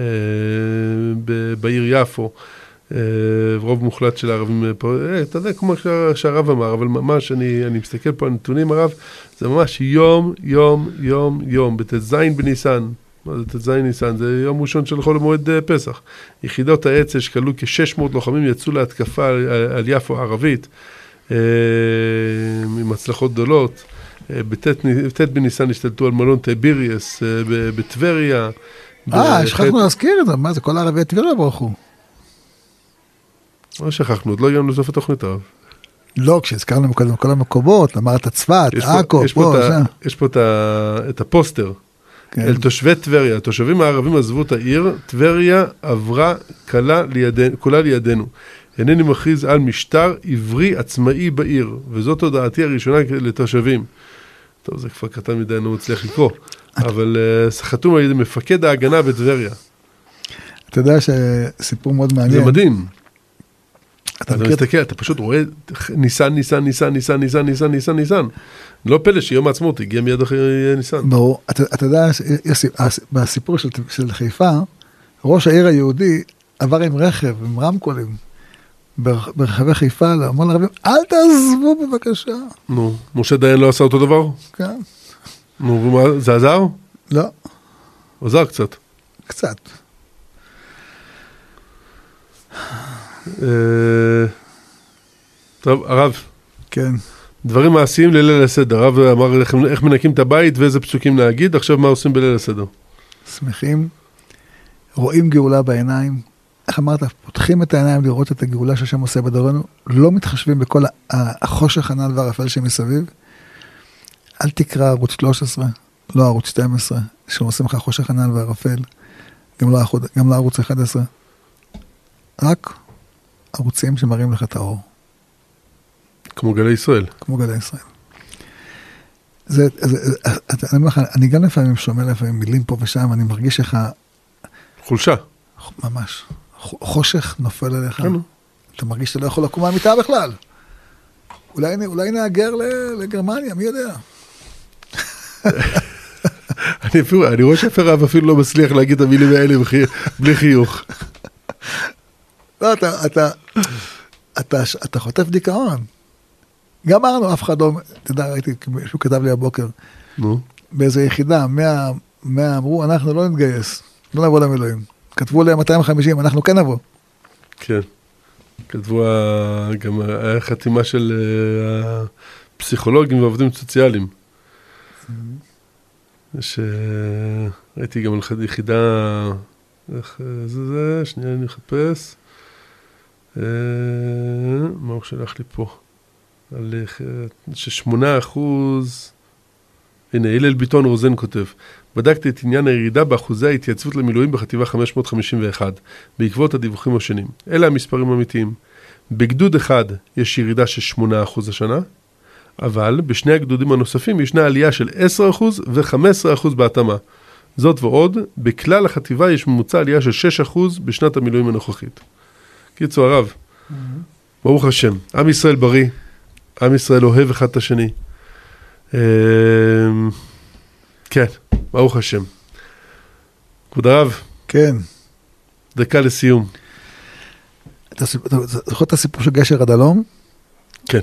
בעיר יפו, רוב מוחלט של הערבים פה, אתה יודע, כמו שהרב אמר, אבל ממש אני מסתכל פה על נתונים הרב, זה ממש יום, בט"ז בניסן, מה זה ט"ז ניסן? זה יום ראשון של חול המועד פסח. יחידות האצ"ל שכללו כ-600 לוחמים יצאו להתקפה על יפו הערבית, עם הצלחות גדולות. בט' בניסן השתלטו על מלון טיבריאס בטבריה. שכחנו להזכיר את זה, מה זה? כל הערבי טבריה ברחו. מה שכחנו? עוד לא הגענו לסוף התוכנית הרב. לא, כשהזכרנו כל המקומות, אמרת צפת, עכו, פה, שם. יש פה את הפוסטר. אל תושבי טבריה, התושבים הערבים עזבו את העיר, טבריה עברה כולה לידינו. אינני מכריז על משטר עברי עצמאי בעיר, וזאת הודעתי הראשונה לתושבים. טוב, זה כבר קטן מדי, אני לא מצליח לקרוא, אבל חתום על ידי מפקד ההגנה בטבריה. אתה יודע שסיפור מאוד מעניין. זה מדהים. אתה מסתכל, אתה פשוט רואה ניסן. לא פלא שיום העצמאות הגיע מיד אחרי ניסן. ברור. אתה יודע, בסיפור של חיפה, ראש העיר היהודי עבר עם רכב, עם רמקולים, ברחבי חיפה, להמון ערבים, אל תעזבו בבקשה. נו, משה דיין לא עשה אותו דבר? כן. נו, זה עזר? לא. עזר קצת. קצת. טוב, הרב. כן. דברים מעשיים לליל הסדר. הרב אמר איך מנקים את הבית ואיזה פסוקים להגיד, עכשיו מה עושים בליל הסדר? שמחים. רואים גאולה בעיניים, איך אמרת, פותחים את העיניים לראות את הגאולה שהשם עושה בדורנו, לא מתחשבים בכל החושך הנ"ל והרפל שמסביב, אל תקרא ערוץ 13, לא ערוץ 12, שעושים לך חושך הנ"ל והרפל, גם לא ערוץ 11, רק ערוצים שמראים לך את האור. כמו גלי ישראל. כמו גלי ישראל. אני גם לפעמים שומע לפעמים מילים פה ושם, אני מרגיש לך... חולשה. ממש. חושך נופל עליך. אתה מרגיש שאתה לא יכול לקום מהמיטה בכלל. אולי נאגר לגרמניה, מי יודע? אני רואה שהרב אפילו לא מצליח להגיד את המילים האלה בלי חיוך. לא, אתה חוטף דיכאון. גם אמרנו, אף אחד לא, אתה יודע, ראיתי, שהוא כתב לי הבוקר, באיזו יחידה, 100 אמרו, אנחנו לא נתגייס, לא נבוא למילואים. כתבו להם 250, אנחנו כן נבוא. כן. כתבו גם החתימה של הפסיכולוגים ועובדים סוציאליים. ראיתי גם על יחידה, איך זה, שנייה אני מחפש. מה הוא שלח לי פה? על ש8%, הנה, הלל ביטון רוזן כותב, בדקתי את עניין הירידה באחוזי ההתייצבות למילואים בחטיבה 551, בעקבות הדיווחים השונים. אלה המספרים האמיתיים. בגדוד אחד יש ירידה של 8% השנה, אבל בשני הגדודים הנוספים ישנה עלייה של 10% ו-15% בהתאמה. זאת ועוד, בכלל החטיבה יש ממוצע עלייה של 6% בשנת המילואים הנוכחית. קיצור הרב, ברוך השם, עם ישראל בריא, עם ישראל אוהב אחד את השני. כן, ברוך השם. כבוד הרב. כן. דקה לסיום. אתה זוכר את הסיפור של גשר עד הלום? כן.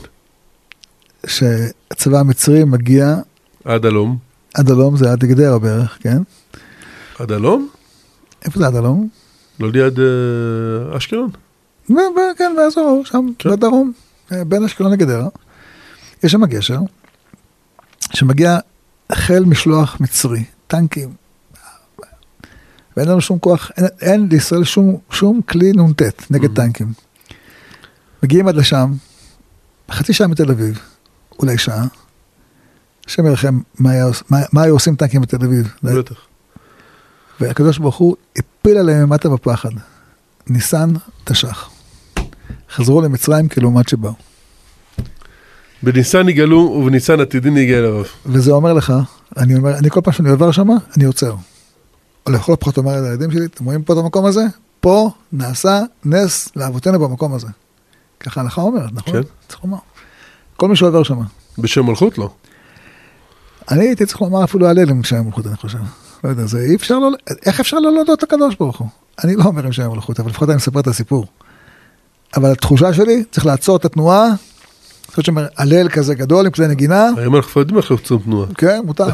שהצבא המצרי מגיע... עד הלום. עד הלום זה עד גדרה בערך, כן? עד הלום? איפה זה עד הלום? לא ליד אשקלון? כן, באזור, שם, בדרום, בין אשקלון לגדרה. יש שם גשר, שמגיע חיל משלוח מצרי, טנקים, ואין לנו שום כוח, אין לישראל שום כלי נונטט נגד טנקים. מגיעים עד לשם, חצי שעה מתל אביב, אולי שעה, השם ירחם, מה היו עושים טנקים בתל אביב? בטח. והקדוש ברוך הוא הפיל עליהם מטה בפחד. ניסן תשח. חזרו למצרים כלעומת שבאו. בניסן יגאלו ובניסן עתידין יגיע אל הרב. וזה אומר לך, אני כל פעם שאני עובר שם, אני עוצר. או לכל הפחות אומר לילדים שלי, אתם רואים פה את המקום הזה? פה נעשה נס לאבותינו במקום הזה. ככה הלכה אומרת, נכון? כן. צריך לומר. כל מי שעובר שם. בשם מלכות לא. אני הייתי צריך לומר אפילו הלל עם שם מלכות, אני חושב. לא יודע, זה אי אפשר לא, איך אפשר לא להודות לקדוש ברוך הוא? אני לא אומר עם שם מלכות, אבל לפחות אני מספר את הסיפור. אבל התחושה שלי, צריך לעצור את התנועה, זאת אומרת, הלל כזה גדול עם כזה נגינה. היום אנחנו יודעים איך לעצור תנועה. כן, מותר.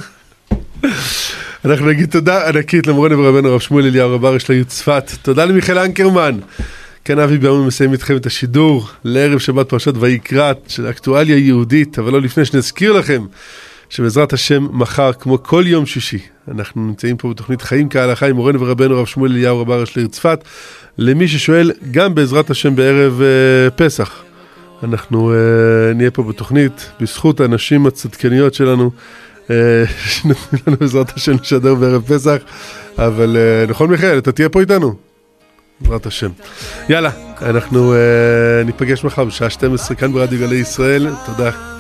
אנחנו נגיד תודה ענקית למורנו ורבנו הרב שמואל אליהו רב הראשי של העיר צפת. תודה למיכאל אנקרמן. כאן אבי ביום מסיים איתכם את השידור לערב שבת פרשת ויקרא של אקטואליה יהודית, אבל לא לפני שנזכיר לכם שבעזרת השם מחר כמו כל יום שישי אנחנו נמצאים פה בתוכנית חיים כהלכה עם מורנו ורבנו הרב שמואל אליהו רב הראשי של העיר צפת. למי ששואל, גם בעזרת השם בערב פסח אנחנו נהיה פה בתוכנית בזכות האנשים הצדקניות שלנו שנתנו לנו בעזרת השם לשדר בערב פסח. אבל נכון מיכאל, אתה תהיה פה איתנו בעזרת השם. יאללה, אנחנו ניפגש מחר בשעה 12 כאן ברדיו גלי ישראל. תודה.